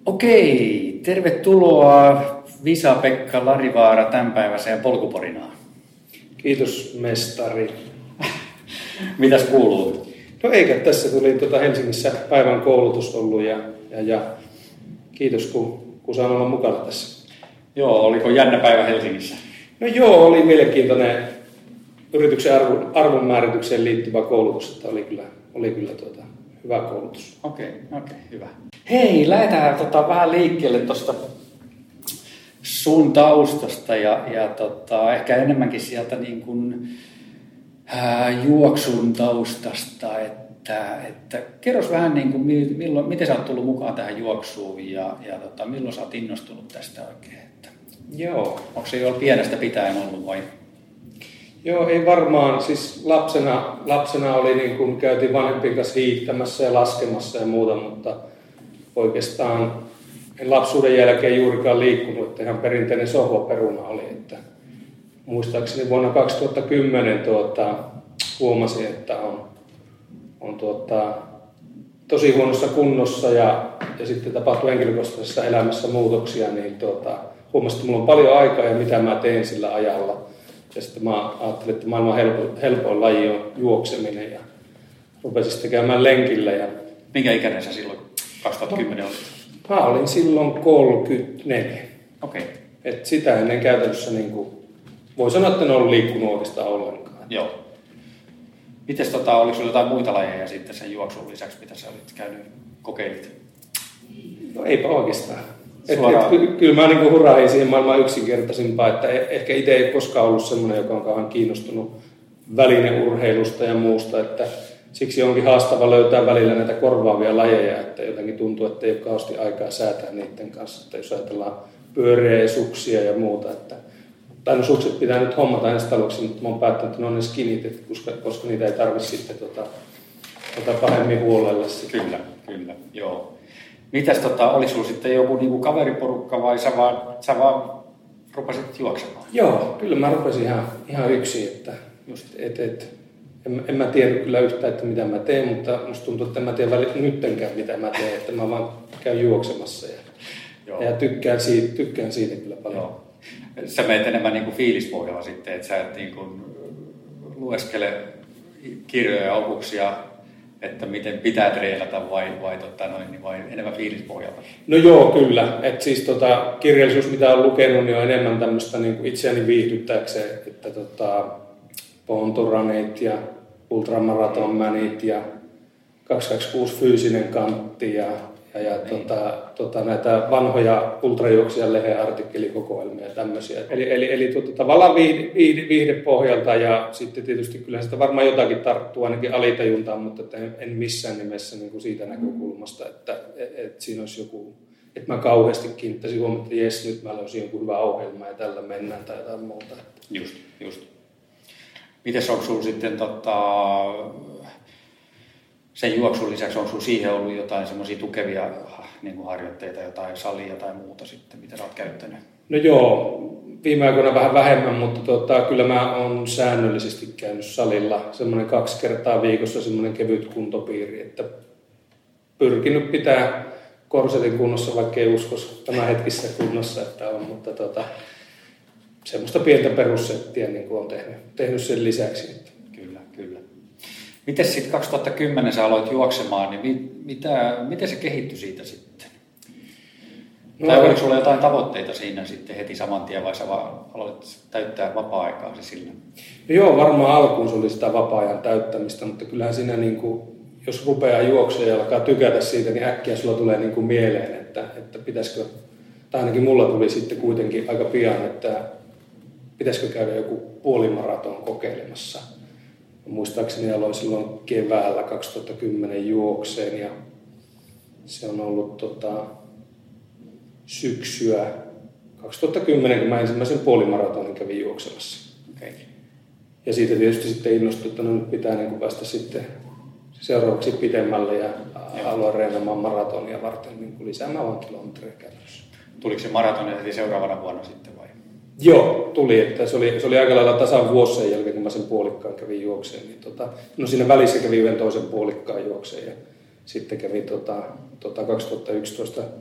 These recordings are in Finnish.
Okei, tervetuloa Visa-Pekka Larivaara tämänpäiväiseen polkuporinaan. Kiitos mestari. Mitäs kuuluu? No eikä, tässä tuli Helsingissä päivän koulutus ollut ja kiitos kun saan olla mukana tässä. Joo, oliko jännä päivä Helsingissä? No joo, oli mielenkiintoinen yrityksen arvonmääritykseen liittyvä koulutus, että oli kyllä hyvä koulutus. Okei, hyvä. Hei, lähdetään vähän liikkeelle tuosta sun taustasta ja ehkä enemmänkin sieltä niin kuin, juoksun taustasta, että kerros vähän niin kuin, miten sä oot tullut mukaan tähän juoksuun ja milloin sä oot innostunut tästä oikein? Joo. Onko se jo pienestä pitäen ollut vai? Joo, ei varmaan. Siis lapsena oli niin kuin käytiin vanhempien kanssa hiihtämässä ja laskemassa ja muuta, mutta oikeastaan en lapsuuden jälkeen juurikaan liikkunut, että ihan perinteinen sohvaperuna oli. Että muistaakseni vuonna 2010 huomasin, että on tosi huonossa kunnossa ja sitten tapahtui henkilökohtaisessa elämässä muutoksia, niin huomasin, että mulla on paljon aikaa ja mitä mä teen sillä ajalla. Ja sitten mä ajattelin, että maailman helpoin laji on juokseminen ja rupesin tekemään lenkillä. Ja minkä ikäinen sä silloin 2010 olit? Mä olin silloin 34. Okei. Et sitä ennen käytännössä voi sanoa, että en ollut liikkunut oikeastaan ollenkaan. Joo. Mites oliko sulla jotain muita lajeja sitten sen juoksun lisäksi, mitä sä olit käynyt kokeilit? No eipä oikeastaan. Kyllä mä hurahin siihen maailman yksinkertaisimpaa, että ehkä itse ei koskaan ollut semmoinen, joka on kauhean kiinnostunut välineurheilusta ja muusta, että siksi onkin haastava löytää välillä näitä korvaavia lajeja, että jotenkin tuntuu, että ei ole kauheasti aikaa säätää niiden kanssa, että jos ajatellaan pyöreä suksia ja muuta, tai no sukset pitää nyt hommata ensi taloksi, mutta mä oon päättänyt, että ne on ne skinit, koska niitä ei tarvitse sitten pahemmin huolella. Kyllä, joo. Mitäs oli sulla sitten joku niinku kaveriporukka vai sä vaan rupesit juoksemaan? Joo, kyllä mä rupesin ihan yksin, että en mä tiedä kyllä yhtään, että mitä mä teen, mutta musta tuntuu, että en mä tiedä nyttenkään mitä mä teen, että mä vaan käyn juoksemassa ja tykkään siitä kyllä paljon. Joo. Sä menet enemmän niinku fiilispohjalla sitten, että sä et niinku lueskele kirjoja ja opuksia, että miten pitää treenata vai enemmän fiilispohjalta? No joo, kyllä. Et siis kirjallisuus, mitä olen lukenut, niin on enemmän tämmöistä niin itseäni viihdyttääkseen, että ponturanit ja ultramaratonmanit ja 226 fyysinen kantti ja näitä vanhoja ultrajuoksijan lehen artikkelikokoelmia ja tämmöisiä. Eli tavallaan viihdepohjalta ja sitten tietysti kyllä sitä varmaan jotakin tarttuu ainakin alitajuntaan, mutta en missään nimessä niin kuin siitä näkökulmasta, että siinä olisi joku, että mä kauheasti kiinnittäisin huomioon, että jes, nyt mä löysin joku hyvä ohjelma ja tällä mennään tai jotain muuta. Just. Mites onko sulla sitten sen juoksun lisäksi on sinulla siihen ollut jotain semmoisia tukevia niin kuin harjoitteita, jotain salia tai muuta sitten, mitä sä oot käyttänyt? No joo, viime aikoina vähän vähemmän, mutta kyllä mä oon säännöllisesti käynyt salilla semmoinen 2 kertaa viikossa semmoinen kevyt kuntopiiri, että pyrkinyt pitää korsetin kunnossa, vaikka ei uskoisi tämänhetkisessä kunnossa, että on, mutta semmoista pientä perussettiä niin kuin on tehnyt sen lisäksi. Kyllä. Miten sitten 2010 sä aloit juoksemaan, niin miten se kehittyi siitä sitten? Tai oliko sulla jotain tavoitteita siinä sitten heti saman tien vai sä vaan aloit täyttää vapaa-aikaasi sillä? No joo, varmaan alkuun se oli sitä vapaa-ajan täyttämistä, mutta kyllähän siinä jos rupeaa juoksemaan ja alkaa tykätä siitä, niin äkkiä sulla tulee mieleen, että pitäisikö, tai ainakin mulla tuli sitten kuitenkin aika pian, että pitäisikö käydä joku puolimaraton kokeilemassa. Muistaakseni aloin silloin keväällä 2010 juokseen ja se on ollut syksyä 2010, kun mä ensimmäisen puolimaratonin kävin juoksemassa. Okay. Ja siitä tietysti sitten innostui, että nyt pitää päästä sitten seuraavaksi pitemmälle ja aloin reenaamaan maratonia varten lisäämään vaan kilometrejä käytössä. Tuliko se maratoni heti seuraavana vuonna sitten vai? Joo, tuli. Että se oli aika lailla tasan vuosi sen jälkeen, kun mä sen puolikkaan kävin juokseen. Niin siinä välissä kävin yhden toisen puolikkaan juokseen ja sitten kävin 2011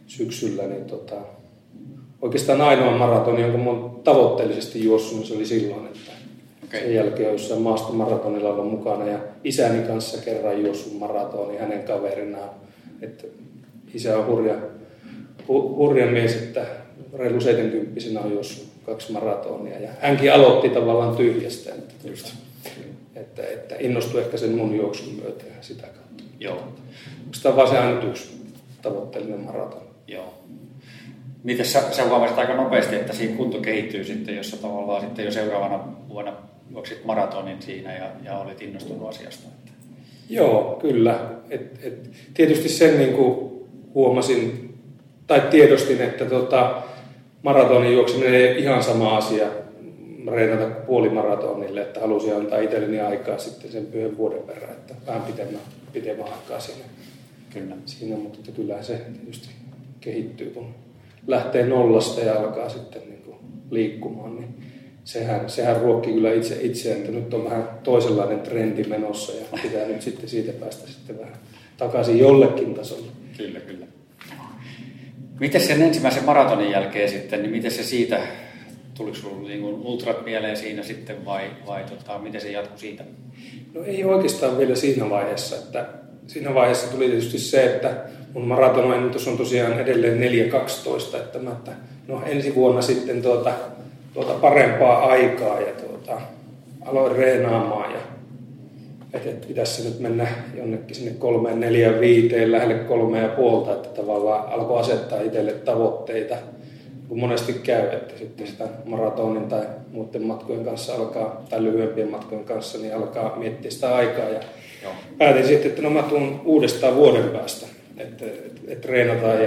syksyllä, niin oikeastaan ainoa maratoni, jonka mä oon tavoitteellisesti juossut, niin se oli silloin, että sen jälkeen on jossain maastomaratonilla ollut mukana ja isäni kanssa kerran juossut maratoni hänen kaverinaan. Että isä on hurja mies, että reilu 70-vuotiaana on juossut 2 maratonia ja hänkin aloitti tavallaan tyhjästä. Että innostui ehkä sen mun juoksun myötä ja sitä kautta. Joo. Sitä on vaan se ainut yksi tavoitteellinen maraton. Joo. Miten sä huomasit aika nopeasti, että siinä kunto kehittyy sitten, jos sä tavallaan sitten jo seuraavana vuonna juoksit maratonin siinä ja olit innostunut asiasta? Joo, kyllä. Tietysti sen niin kuin huomasin tai tiedostin, että maratonin juokseminen ei ihan sama asia reenata puolimaratonille, että halusin antaa itselleni aikaa sitten sen 1 vuoden verran, että vähän pitemmän aikaa siinä, mutta että kyllähän se tietysti kehittyy, kun lähtee nollasta ja alkaa sitten niin kuin liikkumaan, niin sehän ruokkii kyllä itse, että nyt on vähän toisenlainen trendi menossa ja pitää nyt sitten siitä päästä sitten vähän takaisin jollekin tasolle. Kyllä. Miten sen ensimmäisen maratonin jälkeen sitten, niin miten se siitä, tuliko sinulla niin ultrat mieleen siinä sitten vai miten se jatkui siitä? No ei oikeastaan vielä siinä vaiheessa, että siinä vaiheessa tuli tietysti se, että mun maratonoinnitus on tosiaan edelleen 4.12, että ensi vuonna sitten parempaa aikaa ja aloin reenaamaan ja että pitäisi nyt mennä jonnekin sinne 3, 4, 5, lähelle 3,5, että tavallaan alkoi asettaa itselle tavoitteita, kun monesti käy, että sitten sitä maratonin tai muiden matkojen kanssa tai lyhyempien matkojen kanssa, niin alkaa miettiä sitä aikaa ja päätin sitten, että mä tuun uudestaan vuoden päästä, että treenataan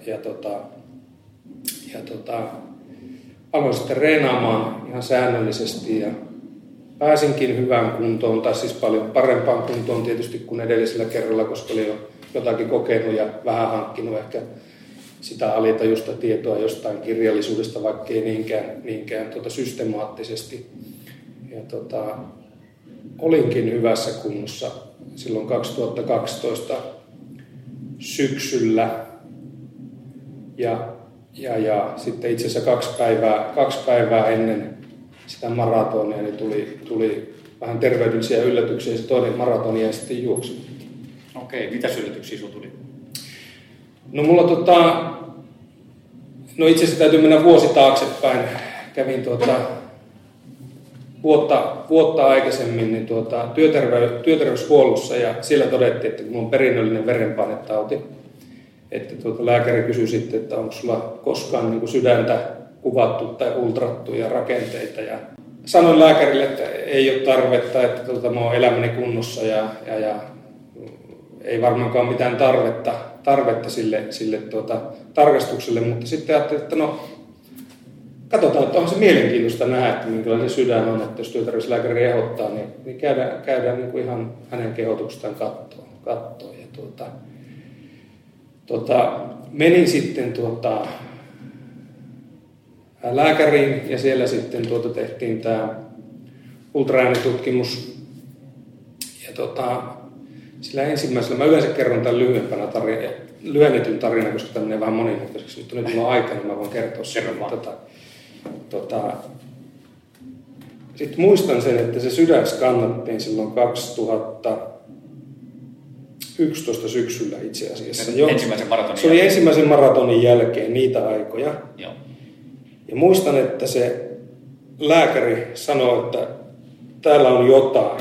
aloin sitten reenaamaan ihan säännöllisesti ja pääsinkin hyvään kuntoon, tai siis paljon parempaan kuntoon tietysti kuin edellisellä kerralla, koska olin jo jotakin kokenut ja vähän hankkinut ehkä sitä alitajusta tietoa jostain kirjallisuudesta, vaikka ei niinkään systemaattisesti. Ja olinkin hyvässä kunnossa silloin 2012 syksyllä ja sitten itse asiassa 2 päivää ennen sitä maratonia niin tuli vähän terveydellisiä yllätyksiä ja se toinen maratoni jäi sitten juoksuun. Okei, mitä yllätyksiä sinulla tuli? No mulla no itse asiassa täytyy mennä vuosi taaksepäin. Kävin vuotta aikaisemmin niin työterveyshuollossa ja siellä todettiin, että kun on perinnöllinen verenpainetauti, että lääkäri kysyi sitten, että onko sulla koskaan niin kuin sydäntä kuvattu tai ultrattu ja rakenteita. Ja sanoin lääkärille, että ei ole tarvetta, että mä oon elämäni kunnossa ja ei varmaankaan mitään tarvetta sille tarkastukselle, mutta sitten ajattelin, että katsotaan, että onhan se mielenkiintoista nähdä, että minkälainen sydän on, että jos työterveyslääkäri ehdottaa, niin käydään niin kuin ihan hänen kehotuksestaan kattoon. Ja menin sitten lääkäriin ja siellä sitten tehtiin tämä ultraäänitutkimus. Ja sillä ensimmäisellä, mä yleensä kerron tämän lyhennetyn tarinan, koska tämä menee vähän monimutkaiseksi, mutta nyt mulla on aika, niin mä voin kertoa sen. Sitten muistan sen, että se sydän skannattiin silloin 2011 syksyllä itse asiassa. Se oli ensimmäisen maratonin jälkeen niitä aikoja. Joo. Ja muistan, että se lääkäri sanoi, että täällä on jotain.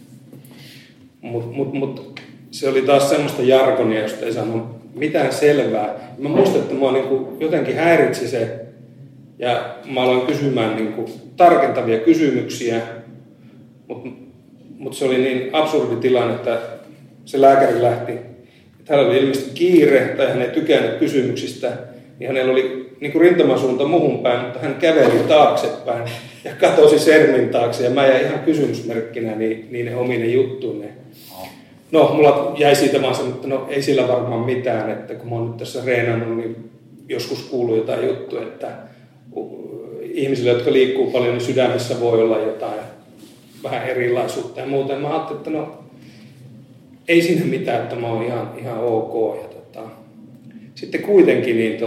Mut se oli taas semmoista jargonia, josta ei saanut mitään selvää. Mä muistan, että mua niinku jotenkin häiritsi se. Ja mä aloin kysymään niinku tarkentavia kysymyksiä. Mutta se oli niin absurdi tilanne, että se lääkäri lähti. Että hänellä oli ilmeisesti kiire tai hän ei tykännyt kysymyksistä. Ja hänellä oli niin rintamasuunta muuhun päin, mutta hän käveli taaksepäin ja katosi sermin taakse. Ja mä jäin ihan kysymysmerkkinä niine omine juttuine. No, mulla jäi siitä vaan sanoa, että ei sillä varmaan mitään, että kun mä oon nyt tässä reenannut, niin joskus kuuluu jotain juttuja, että ihmisille, jotka liikkuu paljon, niin sydämessä voi olla jotain vähän erilaisuutta ja muuta. Ja mä ajattelin, että ei siinä mitään, että mä oon ihan ok. Ja sitten kuitenkin niin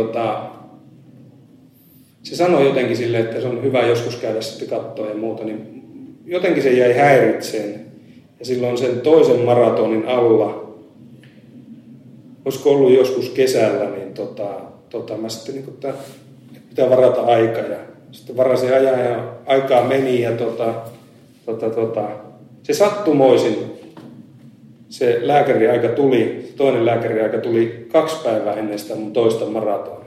se sanoi jotenkin silleen, että se on hyvä joskus käydä sitten katsoa ja muuta, niin jotenkin se jäi häiritseen. Ja silloin sen toisen maratonin alla, olisiko ollut joskus kesällä, niin mä sitten niin että pitää varata aika. Ja sitten varasin ajan ja aikaa meni ja se sattumoisin se lääkäriaika tuli, toinen lääkäriaika tuli 2 päivää ennen sitä mun toista maratonia.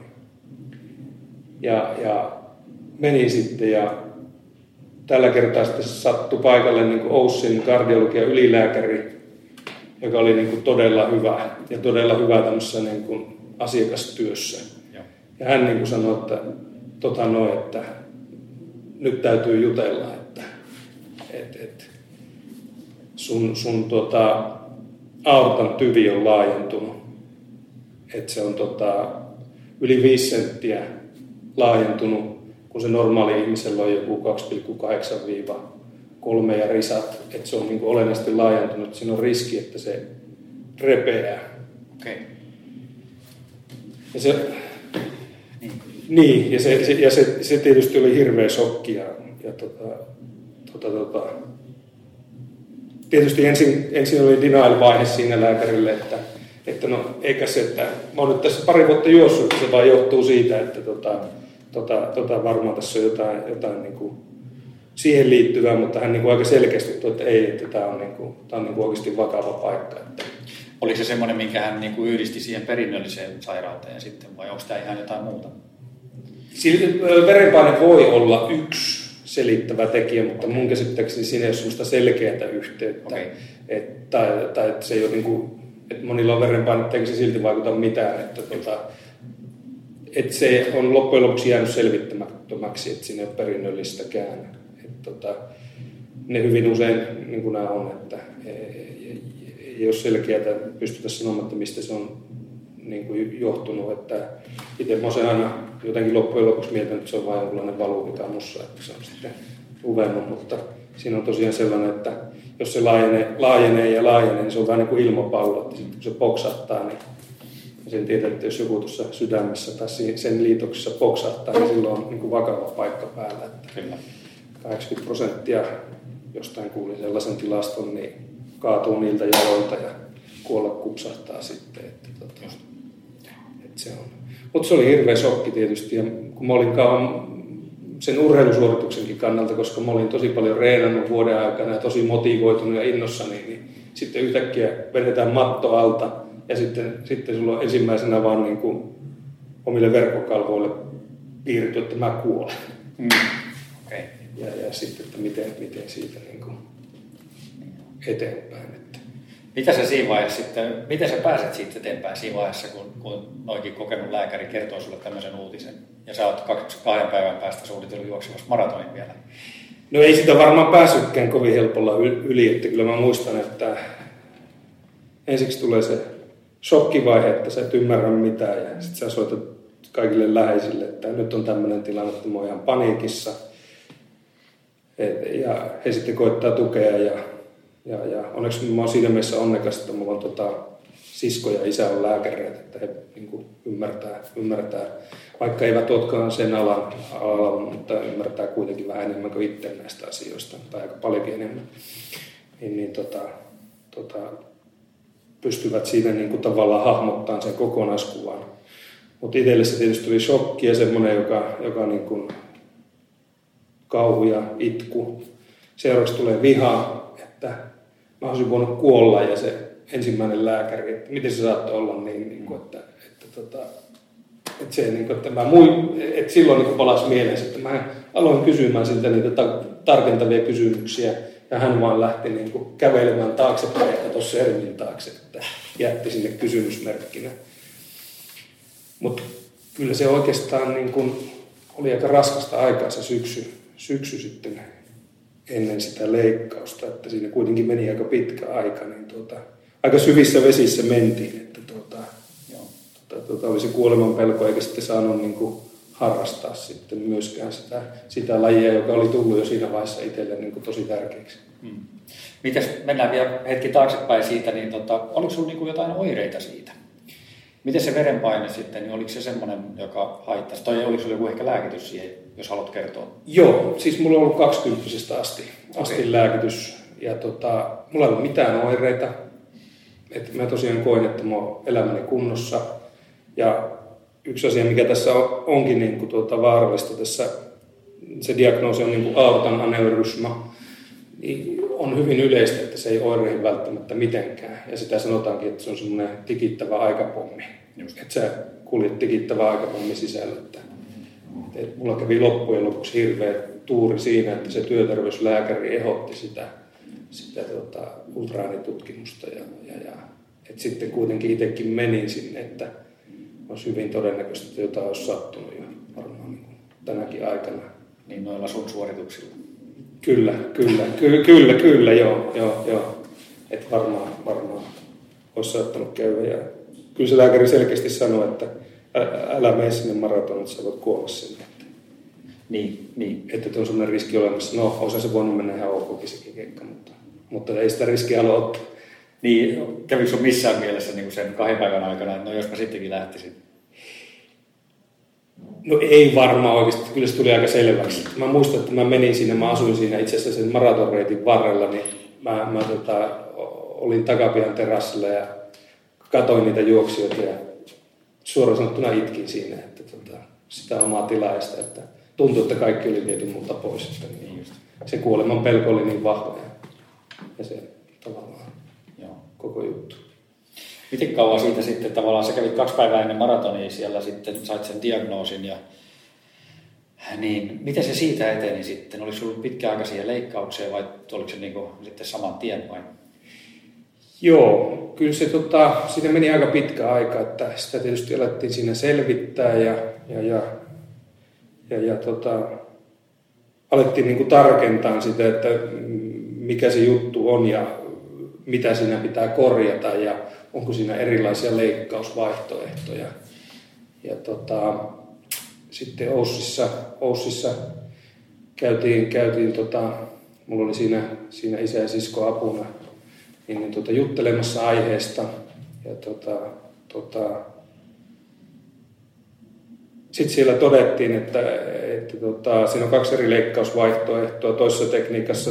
Ja meni sitten ja tällä kertaa sitten sattui paikalle niin kuin Oussin kardiologian ylilääkäri, joka oli niin kuin todella hyvä ja todella hyvä tämmöisessä niin kuin asiakastyössä. Ja hän niin kuin sanoi, että nyt täytyy jutella, että sun aortan tyvi on laajentunut. Että se on yli 5 senttiä laajentunut, kun se normaali ihmisellä on joku 2,8-3 ja risat. Että se on niin kuin olennaisesti laajentunut. Siinä on riski, että se repeää. Okay. Ja se tietysti oli hirveä shokki. Tietysti ensin oli denial-vaihe siinä lääkärille, että no eikä se, että mä oon nyt tässä 2 vuotta juossut, että se vaan johtuu siitä, että varmaan tässä on jotain niin kuin siihen liittyvää, mutta hän niin kuin aika selkeästi tuo, että ei, että tämä on, niin kuin oikeasti vakava paikka. Että. Oliko se semmoinen, minkä hän niin kuin yhdisti siihen perinnölliseen sairauteen sitten, vai onko tämä ihan jotain muuta? Verenpaine voi olla yksi selittävä tekijä, mutta mun käsittääkseni siinä ei ole sellaista selkeää yhteyttä. Okay. Tai että se ei ole niin kuin, että monilla on verenpainetta eikä se silti vaikuta mitään. Että se on loppujen lopuksi jäänyt selvittämättömäksi, että siinä ei ole perinnöllistäkään. Ne hyvin usein, niin kuin nämä on, että ei ole selkeää, pystytä sanomaan, että mistä se on niin kuin johtunut. Että itse mä olen aina jotenkin loppujen lopuksi miettinyt, että se on vain jonkinlainen valu, mikä on mussa, että se on sitten ruvennut. Mutta siinä on tosiaan sellainen, että jos se laajenee, niin se on vähän niin kuin ilmapallo, että sitten kun se poksahtaa, niin sen tietää, että jos joku tuossa sydämessä tai sen liitoksessa poksahtaa, niin silloin on niin kuin vakava paikka päällä. Että kyllä. 80% jostain kuulin sellaisen tilaston, niin kaatuu niiltä jaloilta ja kuolla kupsahtaa sitten. Että se on. Mutta se oli hirveä shokki tietysti, ja kun mä olin sen urheilusuorituksenkin kannalta, koska mä olin tosi paljon reenannut vuoden aikana ja tosi motivoitunut ja innossani, niin sitten yhtäkkiä vedetään matto alta ja sitten sulla on ensimmäisenä vaan niin kuin omille verkkokalvoille piirretty, että mä kuolen. Okay. Ja sitten, että miten siitä niin kuin eteenpäin. Mitä sä siinä vaiheessa sitten, miten sä pääset siitä eteenpäin siinä vaiheessa, kun noikin kokenut lääkäri kertoo sulle tämmöisen uutisen ja sä oot 2 päivän päästä suunnitellut juoksevassa maratonin vielä? No ei sitä varmaan päässytkään kovin helpolla yli, että kyllä mä muistan, että ensiksi tulee se shokkivaihe, että sä et ymmärrä mitään ja sitten sä soitat kaikille läheisille, että nyt on tämmöinen tilanne, että mä oon ihan paniikissa ja he sitten koittaa tukea ja onneksi mä oon siinä mielessä onnekas, että mulla on sisko ja isä on lääkäreitä, että he niin kuin ymmärtää, vaikka eivät olekaan sen alalla, mutta ymmärtää kuitenkin vähän enemmän kuin itse näistä asioista, tai aika paljonkin enemmän. Pystyvät siinä niin kuin tavallaan hahmottamaan sen kokonaiskuvan. Mutta itselle se tietysti tuli shokki ja semmoinen, joka niin kuin kauhu ja itku. Seuraavaksi tulee viha, että mä olisin voinut kuolla ja se ensimmäinen lääkäri, että miten se saattoi olla niin kuin, että silloin niin palasi mieleen, että mä aloin kysymään siltä niitä tarkentavia kysymyksiä ja hän vaan lähti niin kuin kävelemään taaksepäin ja tuossa Ermin taakse, että jätti sinne kysymysmerkkinä. Mutta kyllä se oikeastaan niin kuin oli aika raskasta aikaa se syksy sitten ennen sitä leikkausta, että siinä kuitenkin meni aika pitkä aika, niin aika syvissä vesissä mentiin, että oli se kuoleman pelko, eikä sitten saanut niin kuin harrastaa sitten myöskään sitä lajia, joka oli tullut jo siinä vaiheessa itselle niin kuin tosi tärkeäksi. Mites, mennään vielä hetki taaksepäin siitä, niin oliko sinulla niin kuin jotain oireita siitä? Miten se verenpaine sitten, niin oliko se semmoinen, joka haittasi? Tai oliko sulla joku ehkä lääkitys siihen, jos haluat kertoa? Joo, siis mulla on ollut 20 asti lääkitys. Ja mulla ei ollut mitään oireita. Et mä tosiaan koin, että mä oon elämäni kunnossa. Ja yksi asia, mikä tässä onkin niin kuin vaarallista, tässä se diagnoosi on niin kuin aortan aneurysma, niin on hyvin yleistä, että se ei oireihin välttämättä mitenkään. Ja sitä sanotaankin, että se on semmoinen tikittävä aikapommi. Että sä kuljet tikittävä aikapommi sisällä. Et mulla kävi loppujen lopuksi hirveä tuuri siinä, että se työterveyslääkäri ehdotti sitä ultraäänitutkimusta. Et sitten kuitenkin itsekin menin sinne, että olisi hyvin todennäköistä, että jotain olisi sattunut jo varmaan niin tänäkin aikana. Niin noilla sun suorituksilla? Kyllä, joo. Että varmaan olisi saattanut käydä. Ja kyllä se lääkäri selkeästi sanoi, että älä mene sinne maratoon, että sä voit kuolla sinne. Niin. Että on sellainen riski olemassa. No, osa se voinut mennä ihan okkin sekin keikka, mutta ei sitä riskiä halua ottaa. Niin, kävikö sun missään mielessä niin sen 2 päivän aikana, että no jos mä sittenkin lähtisin? No ei varmaan oikeasti, kyllä se tuli aika selväksi. Mä muistan, että mä menin sinne, mä asuin siinä itse asiassa sen maratonreitin varrella, niin mä olin takapihan terassilla ja katoin niitä juoksijoita ja suoraan sanottuna itkin siinä, että sitä omaa tilaista, että tuntui, että kaikki oli viety multa pois. Että niin se kuoleman pelko oli niin vahva ja se tavallaan koko juttu. Miten kauan siitä sitten tavallaan, sä kävit 2 päivää ennen maratonia siellä sitten, sait sen diagnoosin ja niin, miten se siitä eteni sitten? Oliko sinulla pitkäaikaisia leikkauksia vai oliko se niin sitten saman tien vai? Joo, kyllä se siinä meni aika pitkä aika, että sitä tietysti alettiin siinä selvittää ja alettiin niin kuin tarkentaa sitä, että mikä se juttu on ja mitä siinä pitää korjata ja onko siinä erilaisia leikkausvaihtoehtoja. Ja sitten Oussissa käytiin mulla oli siinä isä ja sisko apuna, niin juttelemassa aiheesta. Ja sitten siellä todettiin, että siinä on 2 eri leikkausvaihtoehtoa. Toisessa tekniikassa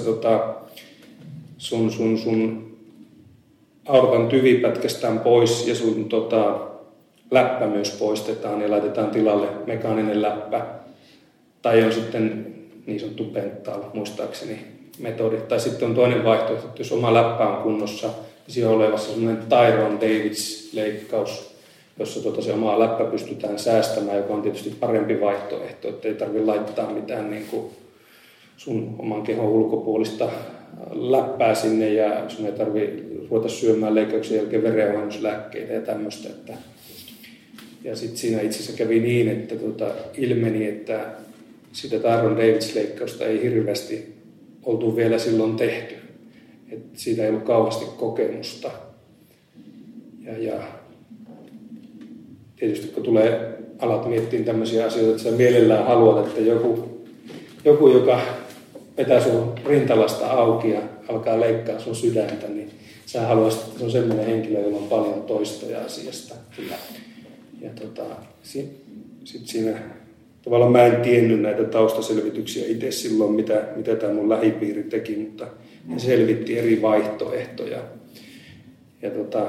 sun aortan tyvi pätkästään pois ja sun läppä myös poistetaan ja laitetaan tilalle mekaaninen läppä. Tai on sitten niin sanottu penttaal, muistaakseni metodi. Tai sitten on toinen vaihtoehto, että jos oma läppä on kunnossa, niin siinä on olevassa semmoinen Tyrone Davids-leikkaus, jossa se oma läppä pystytään säästämään, joka on tietysti parempi vaihtoehto, että ei tarvitse laittaa mitään niin kuin sun oman kehon ulkopuolista läppää sinne ja sun ei tarvitse ruveta syömään leikkauksen jälkeen verenohennuslääkkeitä ja tämmöistä. Ja sitten siinä itse asiassa kävi niin, että ilmeni, että sitä Tyrone Davids-leikkausta ei hirveästi oltu vielä silloin tehty. Että siitä ei ollut kauheasti kokemusta. Ja tietysti kun alat miettiä tämmöisiä asioita, että sä mielellään haluat, että joku joka vetää sun rintalasta auki ja alkaa leikkaa sun sydäntä, niin sä haluaisit, että se on semmoinen henkilö, jolla on paljon toistoja asiasta. Ja sitten siinä tavallaan mä en tiennyt näitä taustaselvityksiä itse silloin, mitä tämä mun lähipiiri teki, mutta he selvitti eri vaihtoehtoja. Ja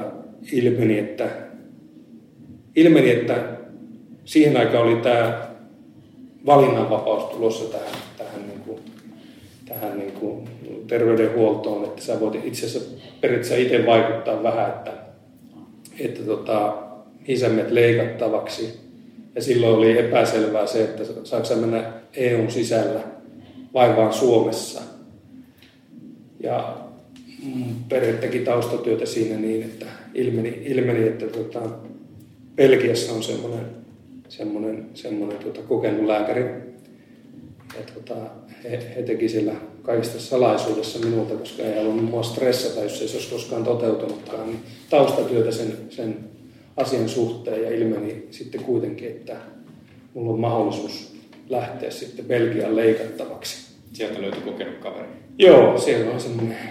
ilmeni, että siihen aikaan oli tämä valinnanvapaus tulossa tähän terveydenhuoltoon, että sä voit itse asiassa periaatteessa itse vaikuttaa vähän, että isä menet leikattavaksi. Ja silloin oli epäselvää se, että saako sä mennä EUn sisällä vai vaan Suomessa. Ja perhe teki taustatyötä siinä niin, että ilmeni että Belgiassa on semmoinen kokenut lääkäri. Ja he teki siellä kaikista salaisuudessa minulta, koska ei halunnut mua stressata, jos ei se olisi koskaan toteutunutkaan, niin taustatyötä sen asian suhteen ja ilmeni sitten kuitenkin, että mulla on mahdollisuus lähteä sitten Belgiaan leikattavaksi. Sieltä löytyi kokenut kaveri. Joo, siellä on semmoinen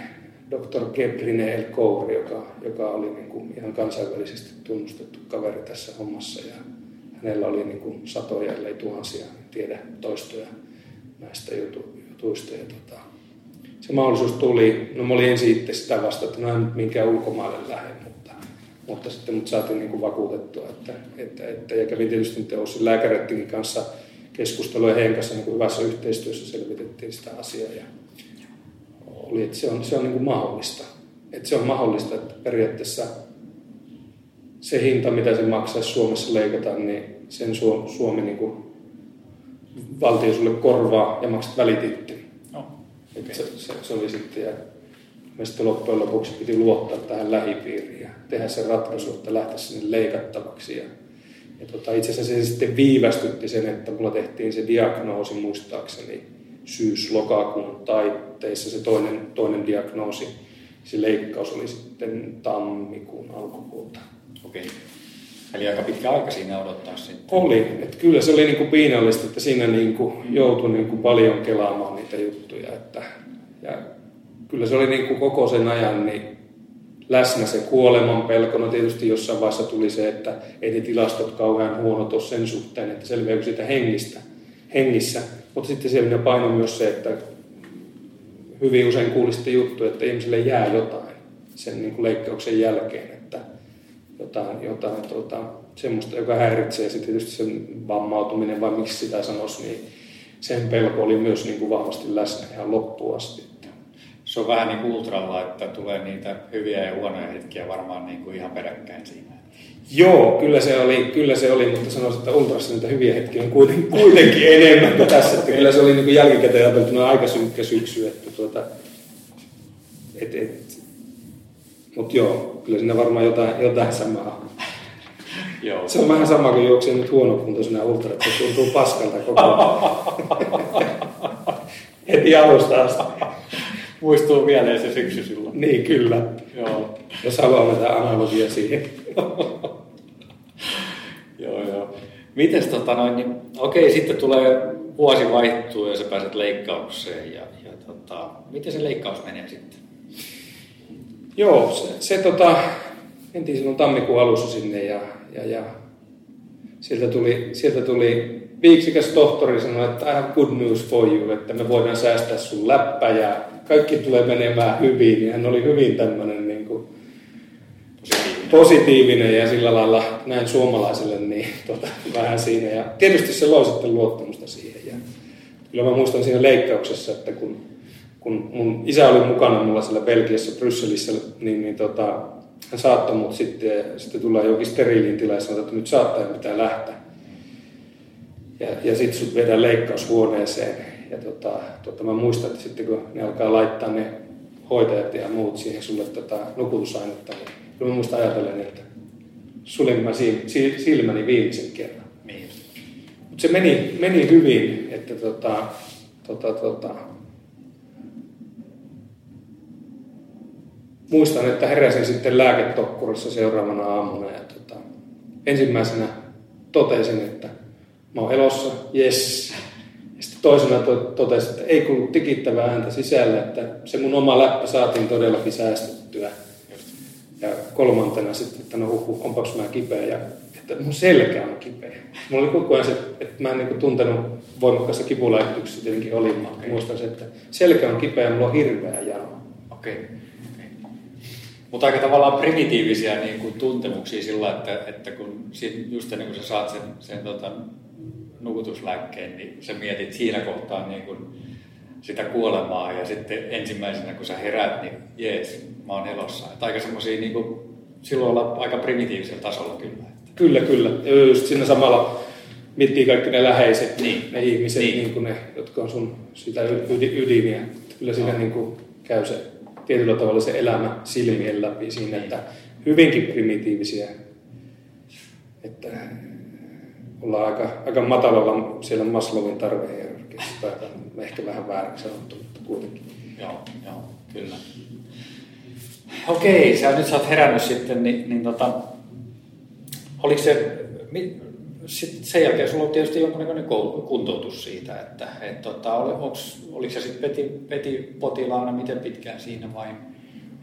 Dr. Gebrine El Kouri, joka oli niin kuin ihan kansainvälisesti tunnustettu kaveri tässä hommassa. Ja hänellä oli niin kuin satoja, ellei tuhansia, tiedä toistoja näistä jutuista. Ja se mahdollisuus tuli, no mä olin ensin itse sitä vasta, että no en nyt minkään ulkomaille lähde, mutta sitten mut saatiin niin kuin vakuutettua, että ja kävin tietysti Ossin lääkäreittenkin kanssa keskustelua ja heidän kanssa niin kuin hyvässä yhteistyössä selvitettiin sitä asiaa ja oli, että se on niin kuin mahdollista. Että se on mahdollista, että periaatteessa se hinta, mitä se maksaisi Suomessa leikataan, niin sen Suomi niin kuin valtio sulle korvaa ja maksat välitittelin. No, okay. Se oli sitten, ja me sitten loppujen lopuksi piti luottaa tähän lähipiiriin ja tehdä se ratkaisu, että lähtisi sinne leikattavaksi. Ja itse asiassa se sitten viivästytti sen, että mulla tehtiin se diagnoosi muistaakseni syys-lokakuun taitteissa se toinen diagnoosi. Se leikkaus oli sitten tammikuun alkukuuta. Okei. Eli aika pitkä aika siinä odottaa sitten. Oli. Että kyllä se oli niinku piinallista, että siinä niinku joutui niinku paljon kelaamaan niitä juttuja. Ja kyllä se oli niinku koko sen ajan niin läsnä se kuoleman pelko. No tietysti jossain vaiheessa tuli se, että ei ne tilastot kauhean huonot ole sen suhteen, että selviääkö siitä hengissä. Mutta sitten siellä painoi myös se, että hyvin usein kuuli sitten juttu, että ihmiselle jää jotain sen niin kuin leikkauksen jälkeen, että jotain semmoista, joka häiritsee. Sitten tietysti sen vammautuminen, vai miksi sitä sanoisi, niin sen pelko oli myös niin kuin vahvasti läsnä ihan loppuun asti. Se on vähän niin kuin ultralla, että tulee niitä hyviä ja huonoja hetkiä varmaan niin kuin ihan peräkkäin siinä. Joo, kyllä se oli, mutta sanoisin, että ultrassa niitä hyviä hetkiä on kuitenkin enemmän kuin tässä. Että kyllä se oli niin kuin jälkikäteen ajateltuna aika synkkä syksy. Mutta joo, kyllä siinä varmaan jotain samaa. Joo. Se on vähän sama kuin juoksee nyt huonokuntoisena ultra, että se tuntuu paskalta koko ajan. Heti alusta asti. Muistuu mieleen se syksy silloin. Niin, kyllä. Joo. Jos haluaa mitään analogia siihen. Joo. Mites niin, okei, sitten tulee vuosi vaihtuu ja sä pääset leikkaukseen miten se leikkaus menee sitten? Joo, mentiin silloin tammikuun alussa sinne ja sieltä tuli viiksikäs tohtori sanoi, että I have good news for you, että me voidaan säästää sun läppä ja kaikki tulee menemään hyvin. Ja hän oli hyvin tämmöinen niin kuin positiivinen ja sillä lailla näin suomalaiselle niin vähän siinä. Ja tietysti se loi sitten luottamusta siihen. Ja kyllä mä muistan siinä leikkauksessa, että kun mun isä oli mukana mulla siellä Belgiassa, Brysselissä, niin hän saattoi mut sitten tullaan jokin steriiliin tila ja sanoi, että nyt saattajan pitää lähteä. Ja sitten sut viedään leikkaushuoneeseen. Ja mä muistan, että sitten kun ne alkaa laittaa ne hoitajat ja muut siihen sulle nukutusainetta, niin kyllä mä muistan ajatellen, että suljen mä silmäni viimeisen kerran. Niin. Mutta se meni hyvin, että muistan, että heräsin sitten lääketokkurissa seuraavana aamuna ja ensimmäisenä totesin, että mä oon elossa, jes. Ja sitten toisena totesin, että ei kuulu tikittävää ääntä sisälle, että se mun oma läppä saatiin todellakin säästettyä. Ja kolmantena sitten, että no onpaks mä kipeä ja että mun selkä on kipeä. Mulla oli koko ajan se, että mä en niin tuntenut voimakkaassa kipulähetyksessä tietenkin olin. Okay. Muistan se, että selkä on kipeä ja mulla on hirveä jano. Okei. Mutta aika tavallaan primitiivisiä niin kuin tuntemuksia sillä, että kun just ennen kuin sä saat sen nukutuslääkkeen, niin sä mietit siinä kohtaa niin kuin sitä kuolemaa ja sitten ensimmäisenä kun sä herät, niin jees, mä oon elossa. Että aika semmosia niin kuin, silloin olla aika primitiivisellä tasolla kyllä. Kyllä. Ja just siinä samalla miettii kaikki ne läheiset, ne ihmiset, niin kuin ne, jotka on sun sitä ydiniä. Kyllä siinä niin kuin käy se tietyllä tavalla se elämä silmien läpi siinä, että hyvinkin primitiivisiä. Että ollaan aika matalalla siellä Maslowin tarvehierarkiassa. Tai ehkä vähän väärin sanottu, mutta kuitenkin. Joo, kyllä. Okei, nyt sä oot herännyt sitten, oliko se, sen jälkeen sulla on tietysti jonkunlainen kuntoutus siitä, että oliko se sitten peti potilaana miten pitkään siinä vai?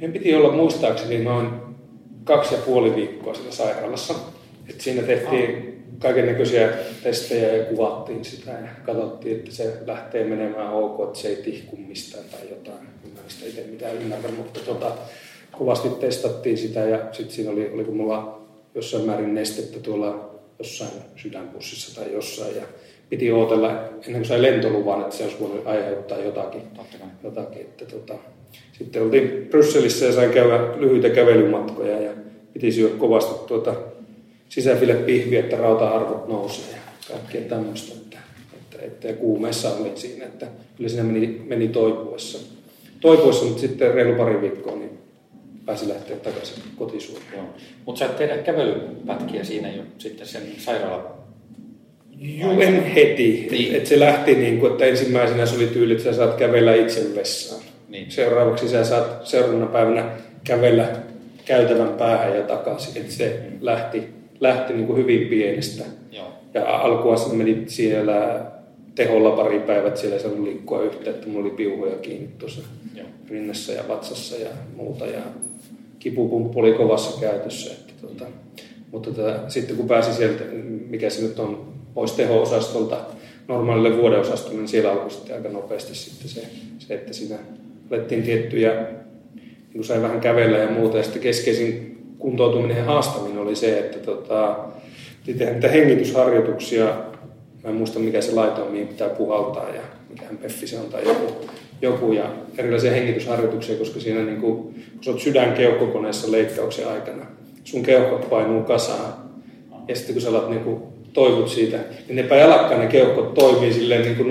Meidän piti olla muistaakseni noin 2,5 viikkoa siellä sairaalassa. Et siinä tehtiin kaikennäköisiä testejä ja kuvattiin sitä ja katsottiin, että se lähtee menemään ok, että se ei tihku mistään tai jotain. En sitä itse mitään ymmärrä, mutta kovasti testattiin sitä ja sitten siinä oliko mulla jossain määrin nestettä tuolla jossain sydänpussissa tai jossain ja piti ootella ennen kuin sai lentoluvan, että se olisi voinut aiheuttaa jotakin. Että sitten oltiin Brysselissä ja sain käydä lyhyitä kävelymatkoja ja piti syödä kovasti sisäfilepihviä, että rautaarvot nousee ja kaikkea tämmöistä. Että kuumeessa olin siinä, että kyllä siinä meni toipuessa. Mutta sitten reilu pari viikkoa niin pääsi lähteä takaisin kotisuomeen. Mutta sä et tehdä kävelypätkiä siinä jo sitten sen sairaalan? Joo, en heti. Niin. Et se lähti niin kuin, että ensimmäisenä se oli tyyli, että sä saat kävellä itse vessaan. Niin. Seuraavaksi sä saat seuraavana päivänä kävellä käytävän päähän ja takaisin. Että se lähti niin kuin hyvin pienestä. Joo. Ja alkuun se meni siellä teholla pari päivät, siellä ei saanut liikkua yhtään, että mulla oli piuhoja kiinni tuossa rinnassa ja vatsassa ja muuta. Ja kipupumppu oli kovassa käytössä. Mutta sitten kun pääsi sieltä, mikä se nyt on, pois teho-osastolta normaalille vuodeosastolle, niin siellä alkoi sitten aika nopeasti sitten se että siinä alettiin tiettyjä, niin kun sai vähän kävellä ja muuta. Ja sitten keskeisin kuntoutuminen ja haastaminen oli se, että piti tehdä niitä hengitysharjoituksia. Mä en muista mikä se laite on, mihin pitää puhaltaa ja mikähän peffi se on tai joku ja erilaisia hengitysharjoituksia, koska siinä niin kun sä oot sydänkeuhkokoneessa leikkauksen aikana, sun keuhkot painuu kasaan ja sitten kun sä alat niin toivut siitä, niin ne jalakkaan ne keuhkot toimii silleen niin kuin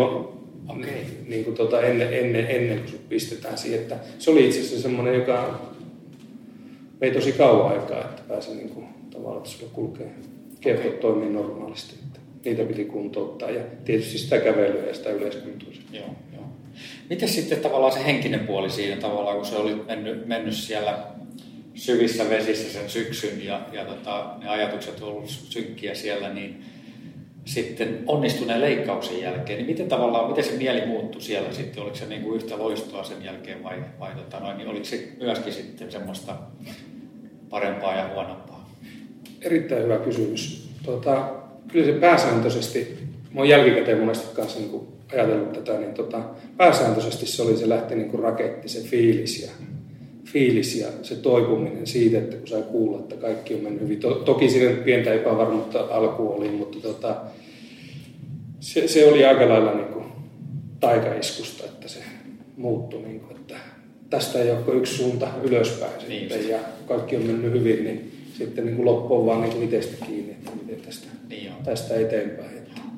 ennen kuin sut pistetään siihen. Että se oli itse asiassa semmoinen, joka vei tosi kauan aikaa, että pääsi niin kuin, tavallaan, että sulla kulkee. Keuhkot toimii normaalisti. Että niitä piti kuntouttaa ja tietysti sitä kävelyä ja sitä yleiskuntoisuutta. Joo. Miten sitten tavallaan se henkinen puoli siinä tavallaan, kun se oli mennyt siellä syvissä vesissä sen syksyn ja ne ajatukset on ollut synkkiä siellä, niin sitten onnistuneen leikkauksen jälkeen, niin miten se mieli muuttui siellä sitten? Oliko se niin kuin yhtä loistoa sen jälkeen vai niin oliko se myöskin sitten semmoista parempaa ja huonompaa? Erittäin hyvä kysymys. Kyllä se pääsääntöisesti, mä oon jälkikäteen monesti kanssa niin kuin ajatellut tätä, niin pääsääntöisesti se lähti niin kuin raketti, se fiilis ja se toipuminen siitä, että kun sai kuulla, että kaikki on mennyt hyvin. Toki siinä pientä epävarmuutta alkuun oli, mutta se oli aika lailla niin kuin taikaiskusta, että se muuttui, niin kuin, että tästä ei ole yksi suunta ylöspäin niin sitten, ja kaikki on mennyt hyvin, niin sitten niin kuin loppu on vaan niin kuin itsestä kiinni, että miten tästä eteenpäin.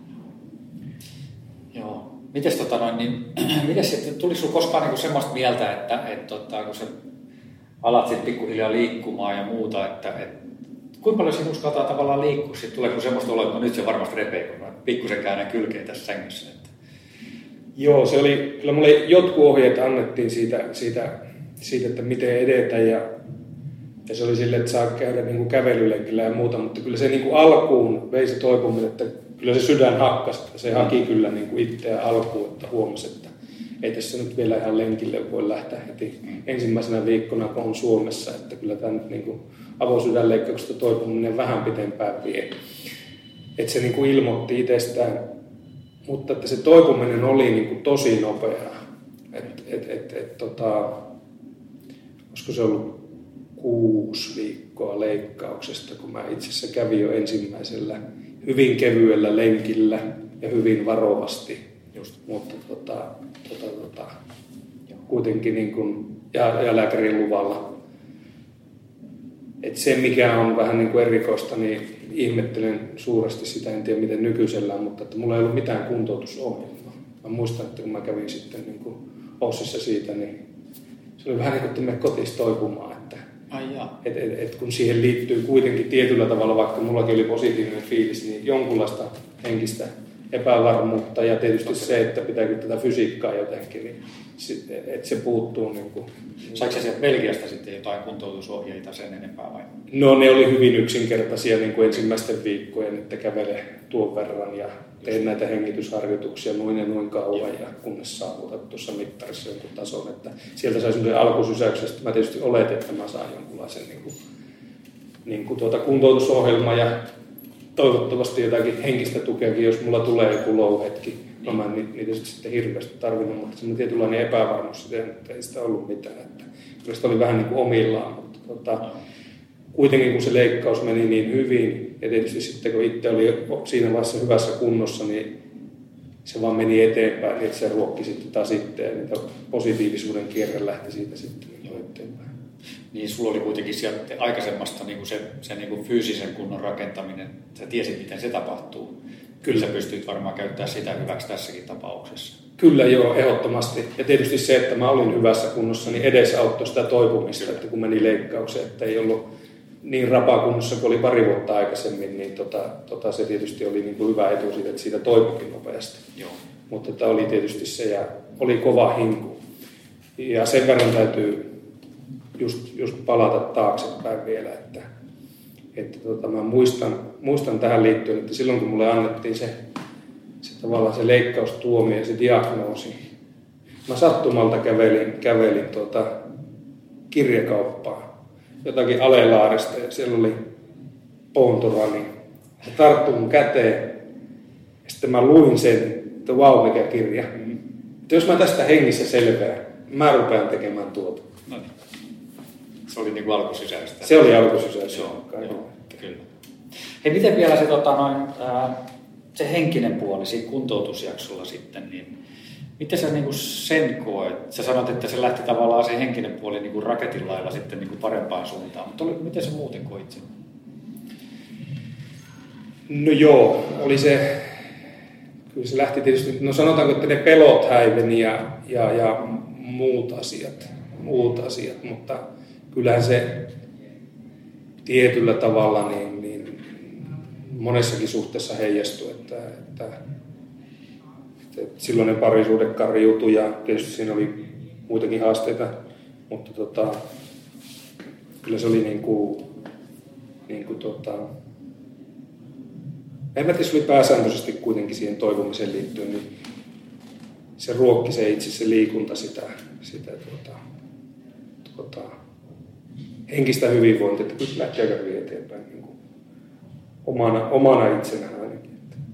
Joo. Mites sitten, tuli sinulla koskaan niin semmoista mieltä, että kun sä alat sitten pikkuhiljaa liikkumaan ja muuta, että kuinka paljon sinun uskaltaa tavallaan liikkua? Sitten tuleeko semmoista oloa, että nyt se varmasti repee, kun pikkusen käännän kylkeen tässä sängyssä? Että... Joo, se oli, kyllä mulle jotkut ohjeet annettiin siitä, että miten edetä ja se oli silleen, että saa käydä niin kuin kävelylenkillä ja muuta, mutta kyllä se niin kuin alkuun vei se toipuminen, että kyllä se sydän hakkasi, että se haki kyllä niin kuin itseään alkuun, että huomasi, että ei tässä nyt vielä ihan lenkille voi lähteä heti ensimmäisenä viikkona, kun on Suomessa, että kyllä tämä nyt niin kuin avosydänleikkauksesta toipuminen vähän pitempään vie. Että se niin kuin ilmoitti itsestään, mutta että se toipuminen oli niin kuin tosi nopeaa. Olisiko se ollut 6 viikkoa leikkauksesta, kun mä itse asiassa kävin jo ensimmäisellä hyvin kevyellä lenkillä ja hyvin varovasti. Just. Mutta kuitenkin niin kuin, ja lääkärin luvalla. Et se mikä on vähän niin kuin erikoista, niin ihmettelen suuresti sitä, en tiedä miten nykyisellään, mutta että mulla ei ollut mitään kuntoutusohjelmaa. Mä muistan, että kun mä kävin sitten niin kuin Ossissa siitä, niin se oli vähän niin kuin, että me kotisi toipumaan. Et kun siihen liittyy kuitenkin tietyllä tavalla, vaikka mullakin oli positiivinen fiilis, niin jonkunlaista epävarmuutta ja tietysti se, että pitääkin tätä fysiikkaa jotenkin, niin että se puuttuu. Niin kuin. Saiko sieltä Belgiasta sitten jotain kuntoutusohjeita sen enempää vai? No ne oli hyvin yksinkertaisia niin kuin ensimmäisten viikkojen, että kävele tuon verran ja teen näitä hengitysharjoituksia noin ja noin kauan ja kunnes saavutat tuossa mittarissa jonkun tason. Että sieltä sai semmoisen alkusysäyksestä. Mä tietysti oletin, että mä saan jonkunlaisen kuntoutusohjelman ja toivottavasti jotakin henkistä tukeakin, jos mulla tulee joku low-hetki. No mä en niitä sitten hirveästi tarvinnut, mutta semmoinen tietynlainen epävarmuus siten, että ei sitä ollut mitään. Että kyllä sitä oli vähän niin kuin omillaan, mutta kuitenkin kun se leikkaus meni niin hyvin ja tietysti sitten kun itse oli siinä vaiheessa hyvässä kunnossa, niin se vaan meni eteenpäin, niin että se ruokki sitten taas itse ja niitä positiivisuuden kierre lähti siitä sitten eteenpäin. Niin sulla oli kuitenkin sieltä aikaisemmasta niin kuin se niin kuin fyysisen kunnon rakentaminen, sä tiesit miten se tapahtuu. Kyllä sä pystyt varmaan käyttämään sitä hyväksi tässäkin tapauksessa. Kyllä joo, ehdottomasti. Ja tietysti se, että mä olin hyvässä kunnossa, niin edesauttoi sitä toipumista, että kun meni leikkaukseen, että ei ollut niin rapakunnossa kuin oli pari vuotta aikaisemmin, niin se tietysti oli niin kuin hyvä etu siitä, että siitä toipukin nopeasti. Joo. Mutta että oli tietysti se ja oli kova hinku. Ja sen verran täytyy just palata taaksepäin vielä, että mä muistan tähän liittyen, että silloin kun mulle annettiin se tavallaan se leikkaustuomio ja se diagnoosi, mä sattumalta kävelin kirjakauppaan jotakin Alelaarista ja siellä oli Ponturani. Se tarttui mun käteen ja sitten mä luin sen, että vau, mikä kirja. Että jos mä tästä hengissä selveän, mä rupean tekemään tuota. No niin. Se oli niin kuin alkusysäystä. Se oli alkusysäystä. Joo, kyllä. Hei, miten vielä se, se henkinen puoli siinä kuntoutusjaksolla sitten, niin miten sä niin kuin sen koet? Sä sanot, että se lähti tavallaan se henkinen puoli niin kuin raketin lailla sitten niin kuin parempaan suuntaan, mutta miten sä muuten koit sen? No joo, oli se, kyllä se lähti tietysti, no sanotaanko, että ne pelot häiveni ja muut asiat, mutta kyllähän se tietyllä tavalla niin monessakin suhteessa heijastui, että silloinen parisuhde kariutui ja tietysti siinä oli muitakin haasteita, mutta kyllä se oli en mä tiedä, se oli pääsääntöisesti kuitenkin siihen toivomiseen liittyen, niin se ruokki se itse se liikunta sitä henkistä hyvinvointia, että kyllä lähti aika hyvin eteenpäin niin kuin omana itsenään ainakin.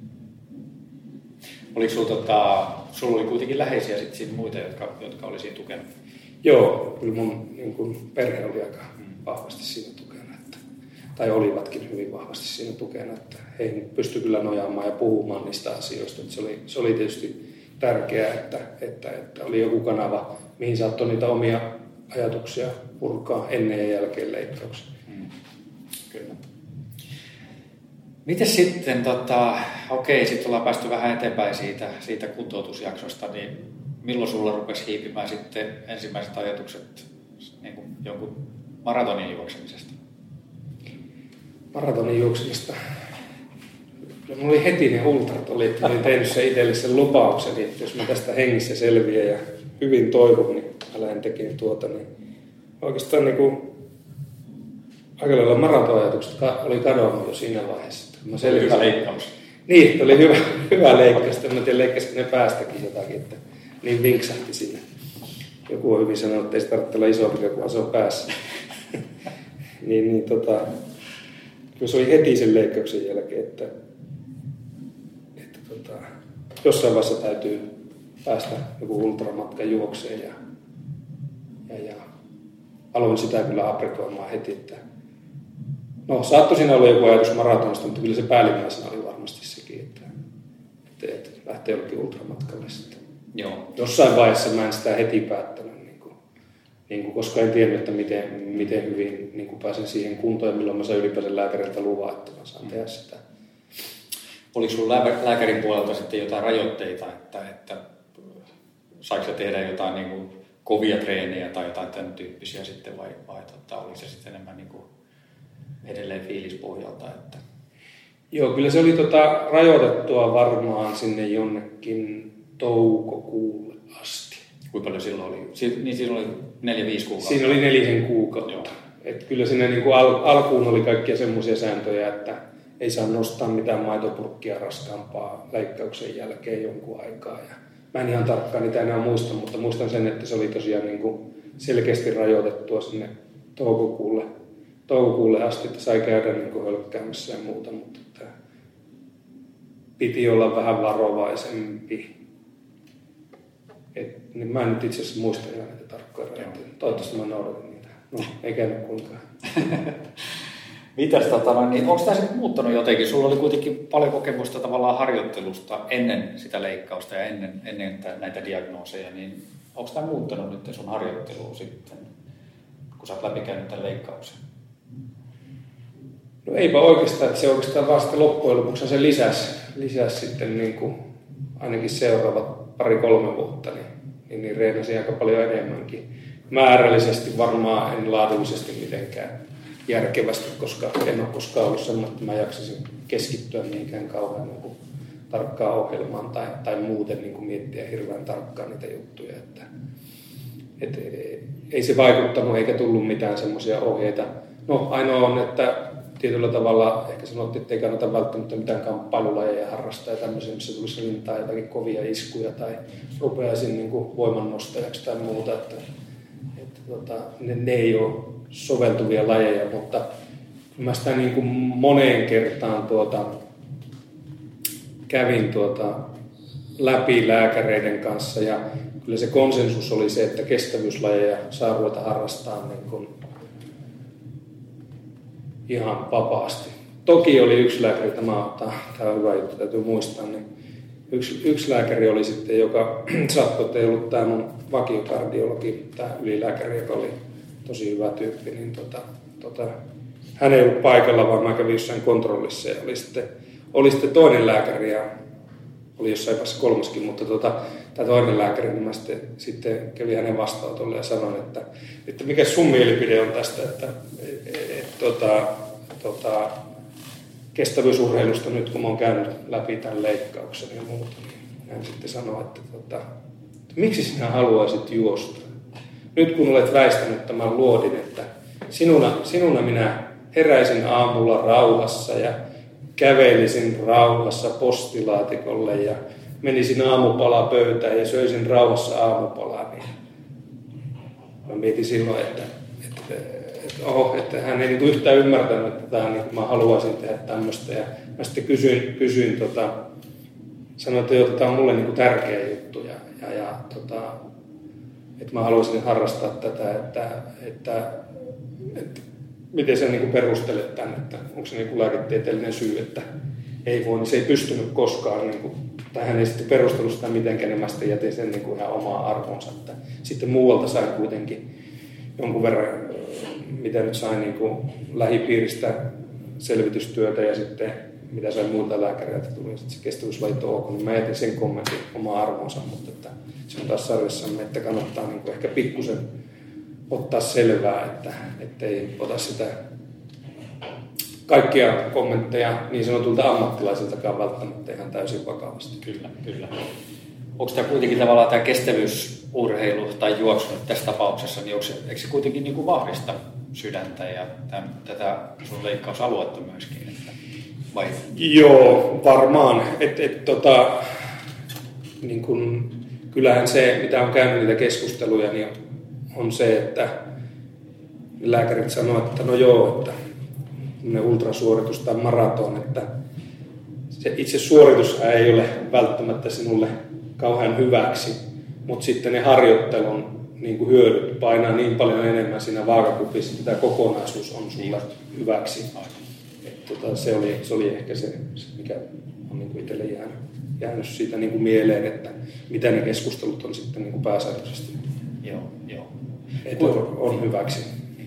Oliko sulla oli kuitenkin läheisiä sit siinä muita, jotka oli siinä tukenut? Joo, kyllä mun niin kuin perhe oli aika vahvasti siinä tukena, tai olivatkin hyvin vahvasti siinä tukena, että he pystyivät kyllä nojaamaan ja puhumaan niistä asioista. Että se oli tietysti tärkeää, että oli joku kanava, mihin saattoi niitä omia ajatuksia purkaa ennen ja jälkeen leikkauksen. Kyllä. Miten sitten, sitten ollaan päästy vähän eteenpäin siitä kuntoutusjaksosta, niin milloin sulla rupesi hiipimään sitten ensimmäiset ajatukset niin kuin jonkun maratonin juoksemisesta? Maratonin juoksemista? Mulla oli heti ne ultrat, olin tehnyt se itselle sen lupauksen, että jos mä tästä hengissä selviän ja hyvin toivon, niin mä lähden tekemään niin oikeastaan niin kuin aika lailla maratonajatukset oli kadonnut jo siinä vaiheessa. Hyvä leikkaus. Niin, oli hyvä leikkaus. En tiedä, leikkasiko ne päästäkin jotakin, että niin vinksahti siinä. Joku on hyvin sanonut, että ei se tarvitse olla isompi, kun se on päässä. Kyllä se oli heti sen leikkauksen jälkeen, että jossain vaiheessa täytyy päästä joku ultramatkan juokseen ja aloin sitä kyllä aprikoimaan heti, että no saattoi siinä olla joku ajatus maratonista, mutta kyllä se päällimmäisenä oli varmasti sekin, että lähtee jollekin ultramatkalle sitten. Joo. Jossain vaiheessa mä en sitä heti päättänyt, koska en tiennyt, että miten hyvin niin pääsen siihen kuntoon ja milloin mä saan ylipäänsä lääkäriltä luvan, että mä saan tehdä sitä. Oliko sinulla lääkärin puolelta sitten jotain rajoitteita, että saiko se tehdä jotain niin kuin kovia treenejä tai jotain tämän tyyppisiä sitten vai oliko se sitten enemmän niin kuin edelleen fiilispohjalta? Että... Joo, kyllä se oli rajoitettua varmaan sinne jonnekin toukokuulle asti. Kuinka paljon silloin oli? Niin silloin oli 4-5 kuukautta. Siinä oli 4 kuukautta. Joo. Et kyllä siinä niin kuin alkuun oli kaikkia semmoisia sääntöjä, että ei saa nostaa mitään maitopurkkia raskaampaa leikkauksen jälkeen jonkun aikaa. Ja mä en ihan tarkkaan niitä enää muista, mutta muistan sen, että se oli tosiaan niin kuin selkeästi rajoitettua sinne toukokuulle asti, että sai käydä niin kuin hölkkäämässä ja muuta, mutta piti olla vähän varovaisempi. Niin mä en nyt itse asiassa muista ihan näitä tarkkoja rajoja. Toivottavasti mä noudatin niitä. No, ei käynyt kuinkaan. Mitäs, niin onko tämä sitten muuttunut jotenkin? Sulla oli kuitenkin paljon kokemusta tavallaan harjoittelusta ennen sitä leikkausta ja ennen näitä diagnooseja, niin onko tämä muuttunut nyt sun harjoittelua sitten, kun sä oot läpikäynyt tämän leikkauksen? No eipä oikeastaan, että se oikeastaan vasta loppujen lopuksi se lisäsi sitten niin kuin ainakin seuraavat 2-3 vuotta, niin reenasin aika paljon enemmänkin. Määrällisesti varmaan en laadullisesti mitenkään järkevästi, koska en ole koskaan ollut semmoinen, että mä jaksasin keskittyä mihinkään kauhean niin kuin tarkkaan ohjelmaan tai muuten niin kuin miettiä hirveän tarkkaan niitä juttuja. Että ei se vaikuttanut eikä tullut mitään semmoisia ohjeita. No ainoa on, että tietyllä tavalla ehkä sanottiin, että ei kannata välttämättä mitään kamppailulajeja harrastaa ja tämmöisiä, missä tulisi rintaa jotakin kovia iskuja tai rupeaisin niin kuin voimannostajaksi tai muuta. Että ne ei ole soveltuvia lajeja, mutta mä sitä niin kuin moneen kertaan kävin läpi lääkäreiden kanssa ja kyllä se konsensus oli se, että kestävyyslajeja saa ruveta harrastaa niin kuin ihan vapaasti. Toki oli yksi lääkäri, tämä on hyvä juttu, täytyy muistaa, niin yksi lääkäri oli sitten, joka saattoi, että ei ollut tämä mun vakiokardiologi, tämä ylilääkäri, joka oli tosi hyvä tyyppi, niin hän ei ollut paikalla, vaan mä kävin jossain kontrollissa ja oli sitten toinen lääkäri ja oli jossain päässä kolmaskin, mutta tämä toinen lääkäri, niin mä sitten kävin hänen vastaanotolle ja sanoin, että mikä sun mielipide on tästä, että kestävyysurheilusta nyt, kun mä oon käynyt läpi tämän leikkauksen ja muuta, niin hän sitten sanoi, että miksi sinä haluaisit juosta? Nyt kun olet väistänyt tämän luodin, että sinuna minä heräisin aamulla rauhassa ja kävelisin rauhassa postilaatikolle ja menisin aamupala pöytään ja söisin rauhassa aamupalaa, niin mä mietin silloin, että hän ei niin yhtään ymmärtänyt, että mä haluaisin tehdä tämmöistä. Ja mä sitten kysyin sanoin, että tämä on mulle niin tärkeä juttu ja että mä haluaisin harrastaa tätä, että miten sä niin perustelet tämän, että onko se niin lääketieteellinen syy, että ei voi, niin se ei pystynyt koskaan, niin kuin, tai hän ei sitten perustellut sitä mitenkään, niin mä sitten jätin sen niin ihan omaa arvonsa. Että sitten muualta sain kuitenkin jonkun verran, mitä nyt sain niin kuin lähipiiristä selvitystyötä ja sitten mitä sain muilta lääkäreiltä tuli, sitten se kestävyyslajit on ok, niin mä jätin sen kommentin omaa arvonsa, mutta että se on taas sarjassamme, että kannattaa niin kuin ehkä pikkusen ottaa selvää, että ei ota sitä kaikkia kommentteja niin sanotulta ammattilaisiltakaan välttämättä ihan täysin vakavasti. Kyllä. Onko tämä kuitenkin tavallaan tämä kestävyysurheilu tai juoksu tässä tapauksessa, niin eikö se kuitenkin niin kuin vahvista sydäntä ja tätä sun leikkausaluetta myöskin? Vai? Joo, varmaan. Niin kun, kyllähän se, mitä on käynyt niitä keskusteluja, niin on se, että lääkärit sanoo, että no joo, että ultrasuoritus tai maraton, että se itse suoritus ei ole välttämättä sinulle kauhean hyväksi, mutta sitten ne harjoittelun niin kuin hyödyt painaa niin paljon enemmän siinä vaakakupissa, että tämä kokonaisuus on sulle hyväksi. Se oli ehkä se mikä on niin kuin itselle jäänyt siitä niin kuin mieleen, että mitä ne keskustelut on sitten niin kuin pääsääntöisesti. Joo. Että on hyväksi.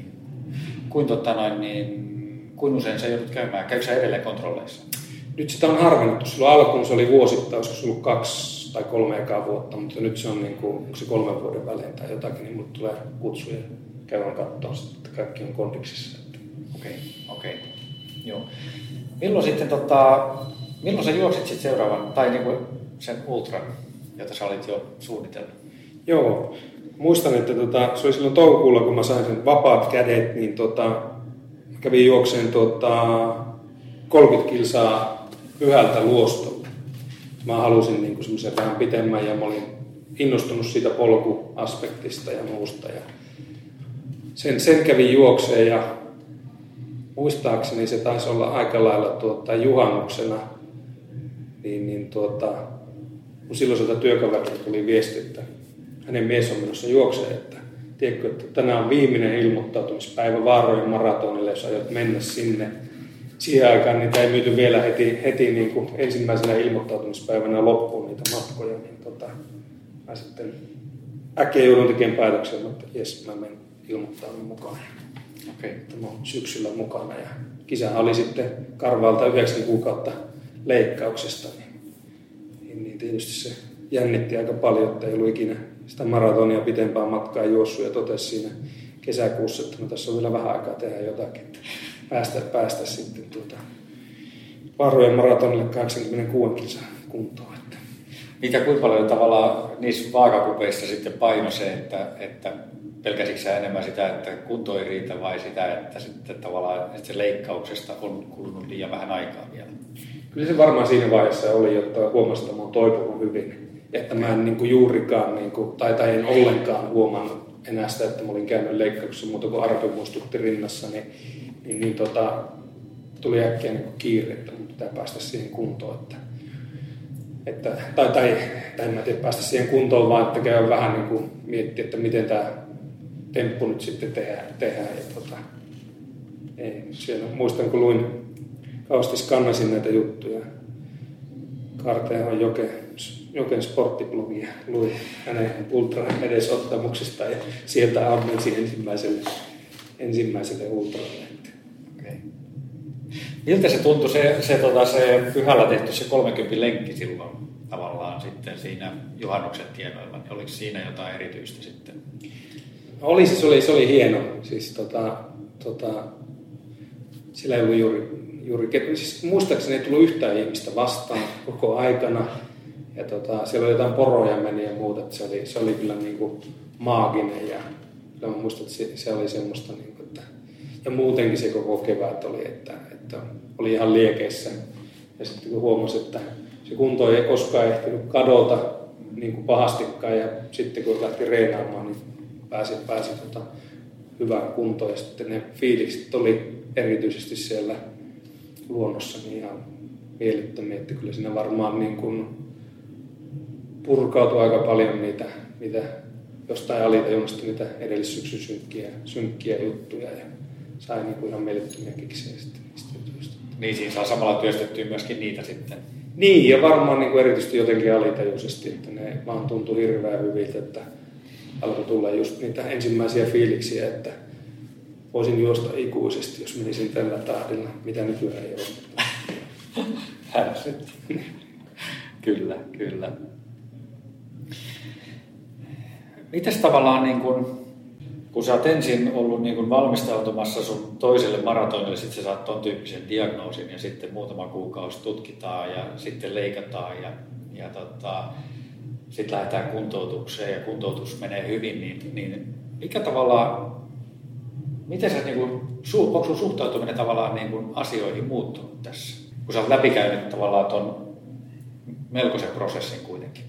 Kuinka usein sä joudut käymään? Käykö sä edelleen kontrolleissa? Nyt sitä on harvennettu. Silloin alkuun se oli vuosittain, olisiko se ollut 2 tai 3 ekaa vuotta, mutta nyt se on niin kuin, onko se 3 vuoden välein tai jotakin, niin mulle tulee kutsuja käydään katsoa, että kaikki on kondiksissa. Okei. Joo. Milloin sä juoksit sitten seuraavan, tai niin kuin sen ultran, jota sä olit jo suunnitellut? Joo, muistan, että se oli silloin toukokuulla, kun mä sain sen vapaat kädet, niin kävin juokseen 30 kilsaa Pyhältä Luostolle. Mä halusin niin semmoisen vähän pitemmän ja mä olin innostunut siitä polkuaspektista ja muusta. Ja sen kävin juokseen ja muistaakseni se taisi olla aika lailla juhannuksena. Mun silloiselta työkaverilta tuli viesti, että hänen mies on menossa juokseen, että tiedätkö, että tänään on viimeinen ilmoittautumispäivä Vaarojen maratonille, jos aiot mennä sinne. Siihen aikaan niitä ei myyty vielä heti niin kuin ensimmäisenä ilmoittautumispäivänä loppuun niitä matkoja. Niin mä sitten äkkiä joudun tekemään päätöksiä, että jes, mä menen ilmoittaudun mukaan. Okay. Mä oon syksyllä mukana. Ja kisahan oli sitten Karvalta 9 kuukautta leikkauksesta. Niin tietysti se jännitti aika paljon, että ei ollut ikinä sitä maratonia pitempään matkaa juossut ja totesi siinä kesäkuussa, että tässä on vielä vähän aikaa tehdä jotakin, että päästä sitten Vaarojen maratonille 86 kilsan kuntoon. Kuinka paljon tavallaan niissä vaakakupeissa sitten paino se, että pelkäsitkö sä enemmän sitä, että kunto ei riitä vai sitä, että sitten tavallaan että se leikkauksesta on kulunut liian vähän aikaa vielä? Kyllä se varmaan siinä vaiheessa oli, jotta huomasin, että mä oon toipunut hyvin. Että mä en juurikaan, tai en ollenkaan huomannut enää sitä, että mä olin käynyt leikkauksessa muuta kuin arpe muistutti rinnassa, niin tuli äkkiä kiire, että mun pitää päästä siihen kuntoon. Tai en mä tiedä päästä siihen kuntoon, vaan että käy vähän miettiä, että miten tämä temppu nyt sitten tehdään. Siellä muistan, kun luin kauheasti skannasin näitä juttuja. Karteahan Joken sporttiblogia, luin hänen ultran edesottamuksista ja sieltä ammensi ensimmäiselle ultralle. Okay. Miltä se tuntui se Pyhällä tehty se 30 lenkki silloin tavallaan sitten siinä juhannuksen tienoilla? Niin oliko siinä jotain erityistä sitten? Se oli hieno. Siis sillä ei ollut juuri siis muistaakseni ei tullut yhtään ihmistä vastaan koko aikana. Ja siellä oli jotain poroja meni ja muuta, että se oli kyllä maaginen ja mä muistan, että se oli semmoista, että ja muutenkin se koko kevät oli, että oli ihan liekeissä. Ja sitten kun huomasi, että se kunto ei koskaan ehtinyt kadota pahastikaan ja sitten kun lähti reenaamaan, niin pääsi hyvään kuntoon ja sitten ne fiilikset oli erityisesti siellä luonnossa niin ihan mielettömiä, että kyllä siinä varmaan purkautui aika paljon niitä jostain alitajunnasta niitä edellissyksyn synkkiä juttuja ja sai ihan mielettömiä kiksejä sitten niistä jutuista. Niin, siinä saa samalla työstettyä myöskin niitä sitten. Niin, ja varmaan erityisesti jotenkin alitajuisesti, että ne vaan tuntui hirveän hyviltä, että alkoi tulla just niitä ensimmäisiä fiiliksiä, että voisin juosta ikuisesti, jos menisin tällä tahdilla, mitä nykyään ei ole. Kyllä. Mites tavallaan, kun sä oot ensin ollut valmistautumassa sun toiselle maratonille, sitten sä saat ton tyyppisen diagnoosin ja sitten muutama kuukausi tutkitaan ja sitten leikataan ja sitten lähdetään kuntoutukseen ja kuntoutus menee hyvin, niin mikä tavallaan, miten sä, onko sun suhtautuminen tavallaan asioihin muuttunut tässä? Kun sä oot läpikäynyt tavallaan ton melkoisen prosessin kuitenkin.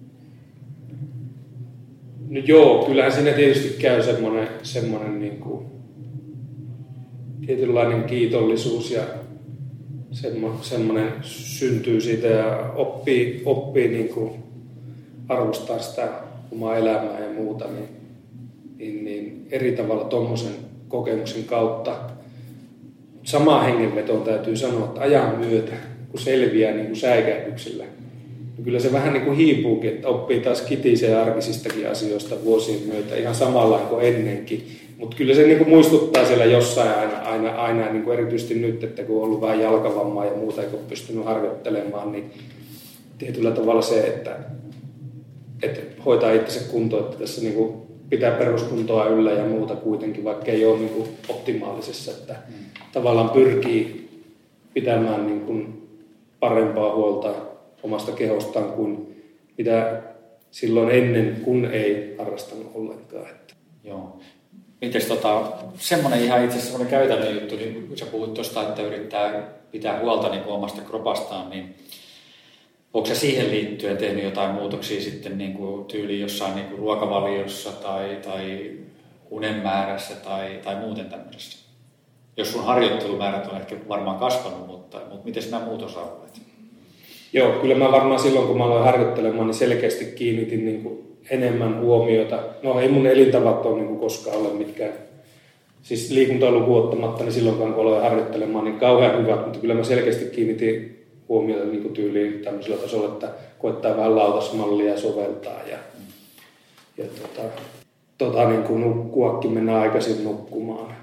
No joo, kyllähän siinä tietysti käy semmoinen tietynlainen kiitollisuus ja semmoinen syntyy siitä ja oppii arvostaa sitä omaa elämää ja muuta, niin eri tavalla tuommoisen kokemuksen kautta. Samaan hengenvetoon täytyy sanoa, että ajan myötä, kun selviää säikähdyksellä, niin kyllä se vähän hiipuukin, että oppii taas kitisee arkisistakin asioista vuosien myötä ihan samalla kuin ennenkin. Mutta kyllä se muistuttaa siellä jossain aina erityisesti nyt, että kun on ollut vähän jalkavammaa ja muuta eikä ole pystynyt harjoittelemaan, niin tietyllä tavalla se, että hoitaa itsensä kuntoon, että tässä pitää peruskuntoa yllä ja muuta kuitenkin, vaikka ei ole optimaalisessa, että tavallaan pitämään niin kuin parempaa huolta omasta kehostaan kuin mitä silloin ennen, kun ei harrastanut ollenkaan. Joo. Mites semmoinen ihan itse asiassa semmoinen käytännön juttu, niin kun sä puhut tuosta, että yrittää pitää huolta niin kuin omasta kropastaan, niin onko sä siihen liittyen tehnyt jotain muutoksia sitten niin kuin tyyliin jossain niin kuin ruokavaliossa tai unen määrässä tai muuten tämmöisessä? Jos sun harjoittelumäärät on ehkä varmaan kasvanut, mutta miten nämä muut osa-alueet? Joo, kyllä mä varmaan silloin, kun mä aloin harjoittelemaan, niin selkeästi kiinnitin niin kuin enemmän huomiota. No ei mun elintavat ole niin kuin koskaan ole mitkään, siis liikuntailu vuottamatta, niin silloinkaan kun aloin harjoittelemaan, niin kauhean hyvät, mutta kyllä mä selkeästi kiinnitin huomiota niin kuin tyyliin tämmöisellä tasolla, että koettaa vähän lautasmallia soveltaa ja niin kuin nukkuakin mennä aikaisin nukkumaan.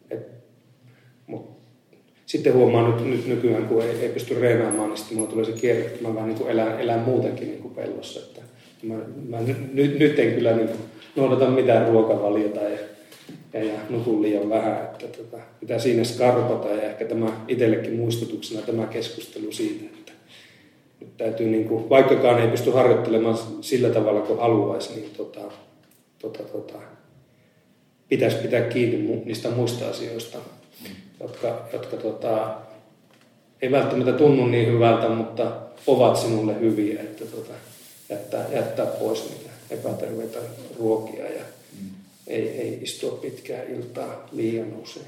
Sitten huomaan nyt nykyään, kun ei pysty reenaamaan, niin sitten mulla tulee se kierre, että mä vähän niin kuin elän muutenkin niin kuin pellossa. Että nyt en kyllä niin kuin noudata mitään ruokavaliota ja nukun liian vähän. Että pitää siinä skarpata ja ehkä tämä itsellekin muistutuksena tämä keskustelu siitä, että nyt täytyy, niin kuin, vaikkakaan ei pysty harjoittelemaan sillä tavalla kuin haluaisi, niin pitäisi pitää kiinni niistä muista asioista, jotka ei välttämättä tunnu niin hyvältä, mutta ovat sinulle hyviä, että jättää pois niitä epäterveitä ruokia ja ei istua pitkään iltaa liian usein.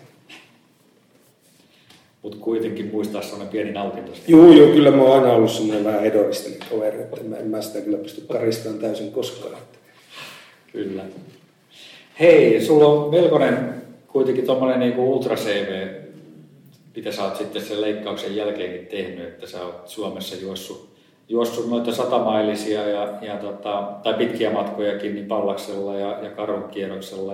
Mutta kuitenkin muistaa sellainen pieni nautinto. Joo, kyllä mä oon aina ollut sellainen vähän hedonistinen toveri, että en mä sitä kyllä pysty karistamaan täysin koskaan. Kyllä. Hei, sulla on melkoinen kuitenkin tommoinen niinku ultra-CV, mitä sä oot sitten sen leikkauksen jälkeenkin tehnyt, että sä oot Suomessa juossut noita 100-mailisia tai pitkiä matkojakin niin Pallaksella ja Karun kierroksella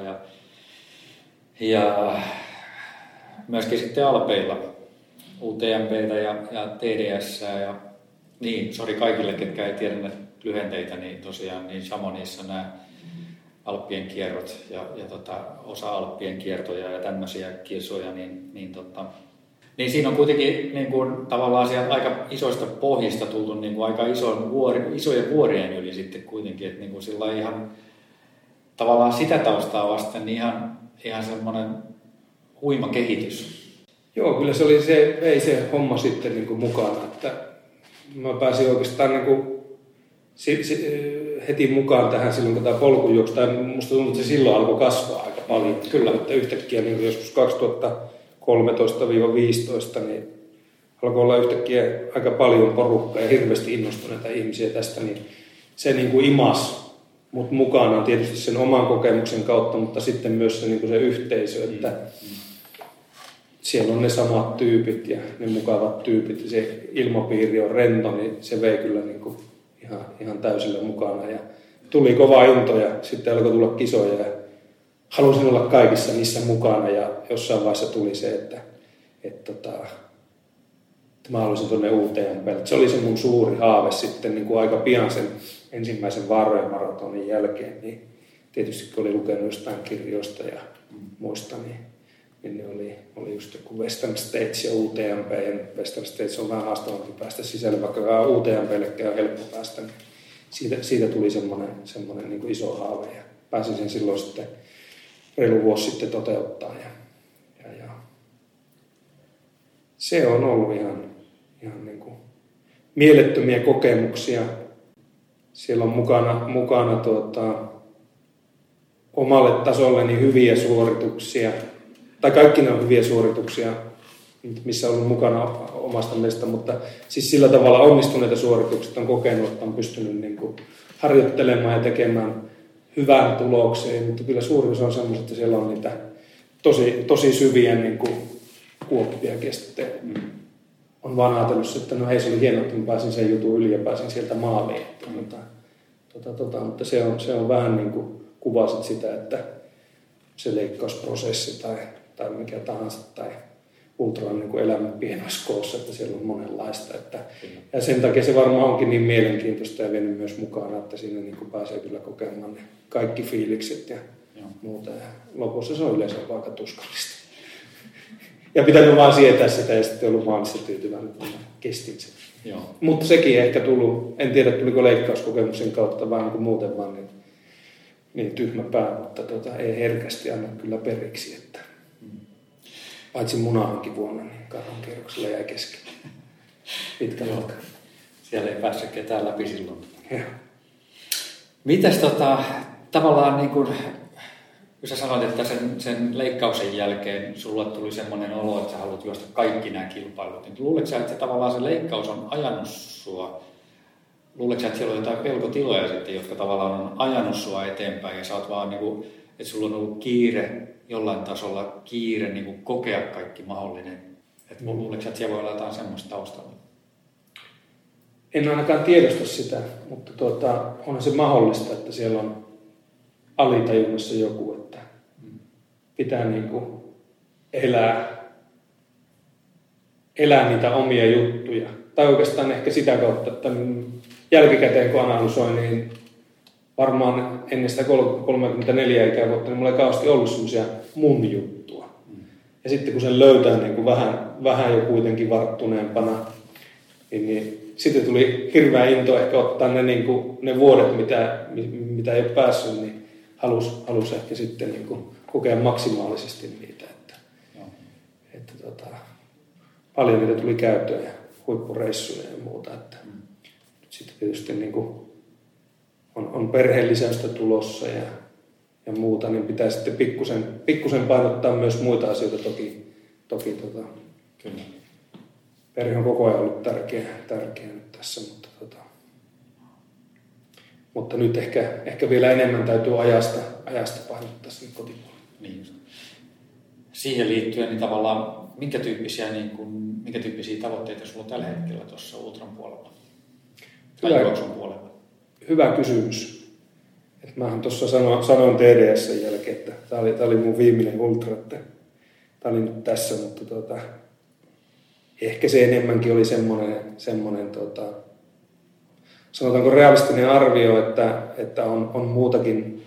ja myöskin sitten Alpeilla UTMP:tä ja TDS:ää ja niin, sori kaikille, ketkä ei tiedä näitä lyhenteitä, niin tosiaan niin Chamonixissa nämä Alppien kierrot ja osa Alppien kiertoja ja tämmöisiä kisoja, niin siinä on kuitenkin niin kuin, tavallaan sieltä aika isoista pohjista tultu niin kuin aika isojen vuorien yli sitten kuitenkin, että niin kuin sillä ihan tavallaan sitä taustaa vasten niin ihan semmoinen huima kehitys. Joo, kyllä vei se homma sitten niin kuin mukana, että mä pääsin oikeastaan niin kuin heti mukaan tähän silloin, kun tämä polkujuoksu, tai musta tuntuu, että se silloin alkoi kasvaa aika paljon. Kyllä, että yhtäkkiä niin joskus 2013-2015, niin alkoi olla yhtäkkiä aika paljon porukkaa ja hirveästi innostuneita ihmisiä tästä, niin se niin kuin imasi mut mukanaan tietysti sen oman kokemuksen kautta, mutta sitten myös se, niin kuin se yhteisö, että siellä on ne samat tyypit ja ne mukavat tyypit ja se ilmapiiri on rento, niin se vei kyllä niin kuin ihan täysillä mukana ja tuli kova into ja sitten alkoi tulla kisoja ja halusin olla kaikissa niissä mukana ja jossain vaiheessa tuli se, että mä haluaisin tuonne UTMP:lle. Se oli se mun suuri haave sitten niin kuin aika pian sen ensimmäisen Vaarojen maratonin jälkeen, niin tietysti kun oli lukenut jostain kirjoista ja muista, niin ne oli just joku Western States ja UTMP, ja Western States on vähän haastavampi päästä sisälle, vaikka UTMP:llekään on helppo päästä, niin siitä tuli semmoinen niin kuin iso haave, ja pääsin sen silloin sitten reilu vuosi sitten toteuttaa, ja se on ollut ihan niin kuin mielettömiä kokemuksia. Siellä on mukana omalle tasolleni hyviä suorituksia, tai kaikki ne on hyviä suorituksia, missä on ollut mukana omasta mielestä, mutta siis sillä tavalla onnistuneita suorituksia on kokenut, että on pystynyt niin kuin harjoittelemaan ja tekemään hyvän tulokseen, mutta kyllä suurin osa on semmoista, että siellä on niitä tosi syviä niin kuin kuoppiakin, sitten on vaan ajatellut, että no hei, se oli hienoa, että mä pääsin sen jutun yli ja pääsin sieltä maaliin, mutta se on vähän niin kuin kuvasit sitä, että se leikkausprosessi tai mikä tahansa tai ultran niin kuin elämän pienoissa koossa, että siellä on monenlaista. Ja sen takia se varmaan onkin niin mielenkiintoista ja vienyt myös mukana, että siinä niin kuin pääsee kyllä kokemaan ne kaikki fiilikset ja muuta. Ja lopussa se on yleensä aika tuskallista. Ja pitänyt vaan sietää sitä ja sitten ollut maanissa tyytyväinen, että kestin sen. Joo. Mutta sekin ehkä tullut, en tiedä tuliko leikkauskokemuksen kautta vaan kuin muuten vaan niin tyhmä pää, mutta ei herkästi anna kyllä periksi. Että paitsi munahankin vuonna, niin karhun kierroksella jäi kesken. Pitkä matka. Siellä ei päässyt ketään läpi silloin. Ja. Mitäs tavallaan niin kuin, kun sä sanoit, että sen leikkauksen jälkeen sulla tuli semmoinen olo, että sä haluat juosta kaikki nämä kilpailut, niin luuletko sä, että tavallaan se leikkaus on ajanut sua? Luuletko sä, että siellä on jotain pelkotiloja sitten, jotka tavallaan on ajanut sua eteenpäin ja sä oot vaan niin kuin, että sulla on ollut kiire, jollain tasolla kiire niin kuin kokea kaikki mahdollinen. Että luuletko sä, että siellä voi olla jotain semmoista taustalla? En ainakaan tiedosta sitä, mutta onhan se mahdollista, että siellä on alitajunnassa joku, että pitää niin kuin elää niitä omia juttuja. Tai oikeastaan ehkä sitä kautta, että jälkikäteen kun analysoin, niin varmaan ennen sitä 34 ikävuotta, niin mulla ei kauheasti ollut semmoisia mun juttua. Ja sitten kun sen löytää niin kuin vähän jo kuitenkin varttuneempana, niin sitten tuli hirveä into ehkä ottaa ne vuodet, mitä ei ole päässyt, niin halusi ehkä sitten niin kuin kokea maksimaalisesti niitä. Että paljon niitä tuli käyttöön ja huippureissuja ja muuta. Että sitten tietysti niin kuin on perheellisäystä tulossa ja muuta, niin pitää sitten pikkusen painottaa myös muita asioita toki Kyllä. Perhe on koko ajan ollut tärkeä nyt tässä, mutta nyt ehkä vielä enemmän täytyy ajasta painottaa sinne kotipuolelle. Niin. Siihen liittyen niin tavallaan minkä tyyppisiä tavoitteita sulla on tällä hetkellä tuossa ultran puolella tai juoksun puolella? Hyvä kysymys. Mähän tuossa sanoin TDS:n jälkeen, että tämä oli mun viimeinen ultra, että tämä oli nyt tässä, mutta ehkä se enemmänkin oli semmoinen sanotaanko realistinen arvio, että on muutakin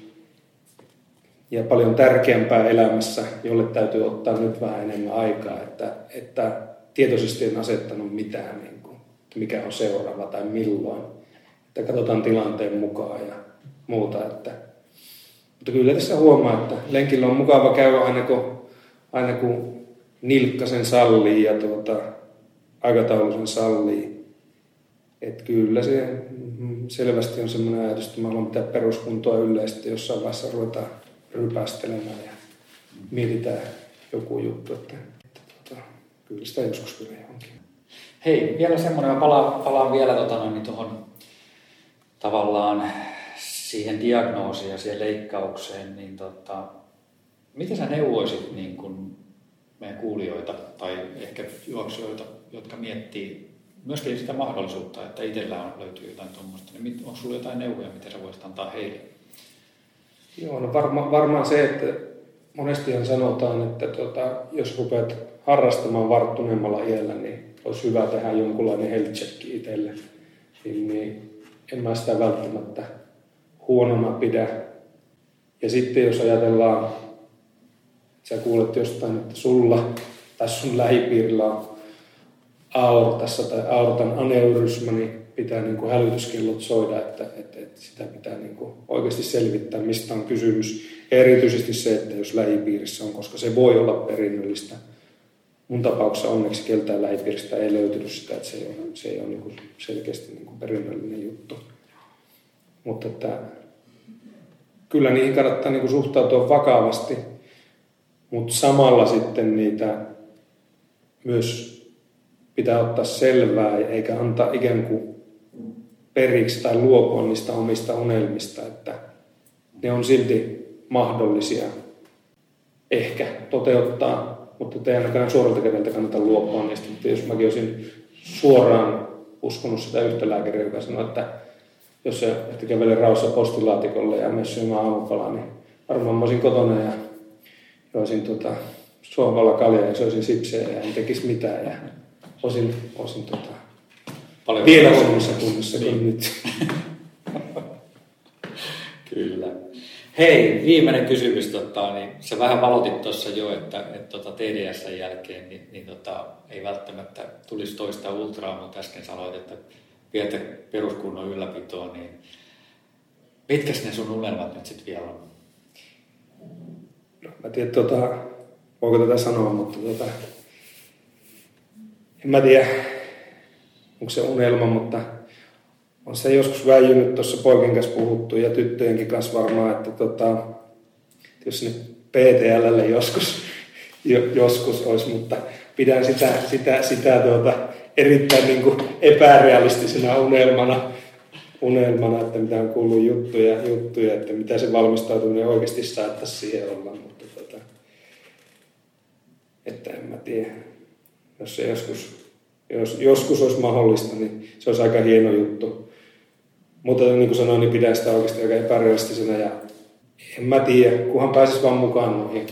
ja paljon tärkeämpää elämässä, jolle täytyy ottaa nyt vähän enemmän aikaa, että tietoisesti en asettanut mitään, niin kuin, mikä on seuraava tai milloin, että katsotaan tilanteen mukaan ja muuta. Mutta kyllä tässä huomaa, että lenkillä on mukava käydä aina kun nilkka sen sallii ja aikataulu sen sallii. Että kyllä se selvästi on semmoinen ajatus, että mä haluan pitää peruskuntoa yllä ja sitten jossain vaiheessa ruvetaan rypästelemään ja mietitään joku juttu. Että kyllä sitä joskus vielä johonkin. Hei, vielä semmoinen, mä palaan vielä tuohon tavallaan siihen diagnoosiin ja siihen leikkaukseen, niin mitä sä neuvoisit niin kun meidän kuulijoita tai ehkä juoksijoita, jotka miettii myöskin sitä mahdollisuutta, että itsellään löytyy jotain tuommoista, niin onko sulla jotain neuvoja, mitä sä voisit antaa heille? Joo, no varmaan se, että monestihan sanotaan, että jos rupeat harrastamaan varttuneemmalla iällä, niin olisi hyvä tehdä jonkunlainen health check itselle. Niin en mä sitä välttämättä huonona pidä. Ja sitten jos ajatellaan, että sä kuulet jostain, että sulla tai sun lähipiirillä on aortassa tai aortan aneurysma, niin pitää niin kuin hälytyskellot soida, että sitä pitää niin kuin oikeasti selvittää, mistä on kysymys. Ja erityisesti se, että jos lähipiirissä on, koska se voi olla perinnöllistä. Mun tapauksessa onneksi keltään lähipiiristä ei löytynyt sitä, että se ei ole niin kuin selkeästi niin kuin perinnöllinen juttu. Mutta että kyllä niihin kannattaa niin kuin suhtautua vakavasti, mutta samalla sitten niitä myös pitää ottaa selvää eikä antaa ikään kuin periksi tai luopua niistä omista unelmista, että ne on silti mahdollisia ehkä toteuttaa, mutta ei ainakaan suoralta kädeltä kannata luopua niistä. Mutta jos mäkin olisin suoraan uskonut sitä yhtä lääkäriä, joka sanoi, että jos se ehti kävele rauhassa postilaatikolle ja mene syömään aamupalaa, niin varmaan mä olisin kotona ja joisin suovalla kaljaa ja söisin sipsejä ja en tekisi mitään. Ja olisin vielä huonommassa kunnossa kuin nyt. Kyllä. Hei, viimeinen kysymys. Niin sä vähän valotit tuossa jo, että TDS:n jälkeen niin ei välttämättä tulisi toista ultraa, mutta äsken sanoit, että pientä peruskunnon ylläpitoa. Niin mitkäs ne sun unelmat nyt sitten vielä on? No, mä tiedän, voiko tätä sanoa, mutta en mä tiedä, onko se unelma, mutta on se joskus väijynyt tuossa poikien kanssa puhuttu ja tyttöjenkin kanssa varmaan, että jos ne PTL:lle joskus olisi, mutta pidän sitä erittäin niin kuin epärealistisena unelmana, että mitä on kuullut juttuja, että mitä se valmistautuminen oikeasti saattaisi siihen olla, mutta että en mä tiedä, jos se joskus olisi mahdollista, niin se olisi aika hieno juttu. Mutta niin kuin sanoin, niin pidän sitä oikeasti aika epärealistisena ja en mä tiedä, kunhan pääsisi vaan mukaan noihin.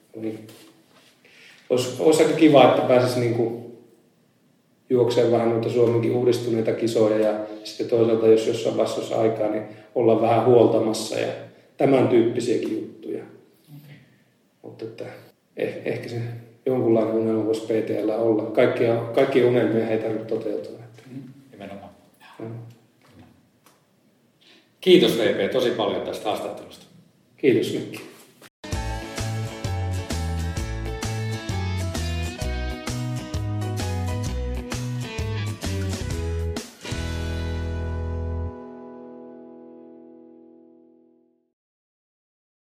Olisi aika kiva, että pääsisi niin kuin juokseen vähän noita Suomenkin uudistuneita kisoja ja sitten toisaalta, jos jossain vaiheessa aikaa, niin olla vähän huoltamassa ja tämän tyyppisiäkin juttuja. Okay. Mutta että ehkä se jonkunlainen unelma voisi PTL olla. Kaikkia unelmia ei tarvitse toteutua. Nimenomaan. Kiitos VP tosi paljon tästä haastattelusta. Kiitos Mikki.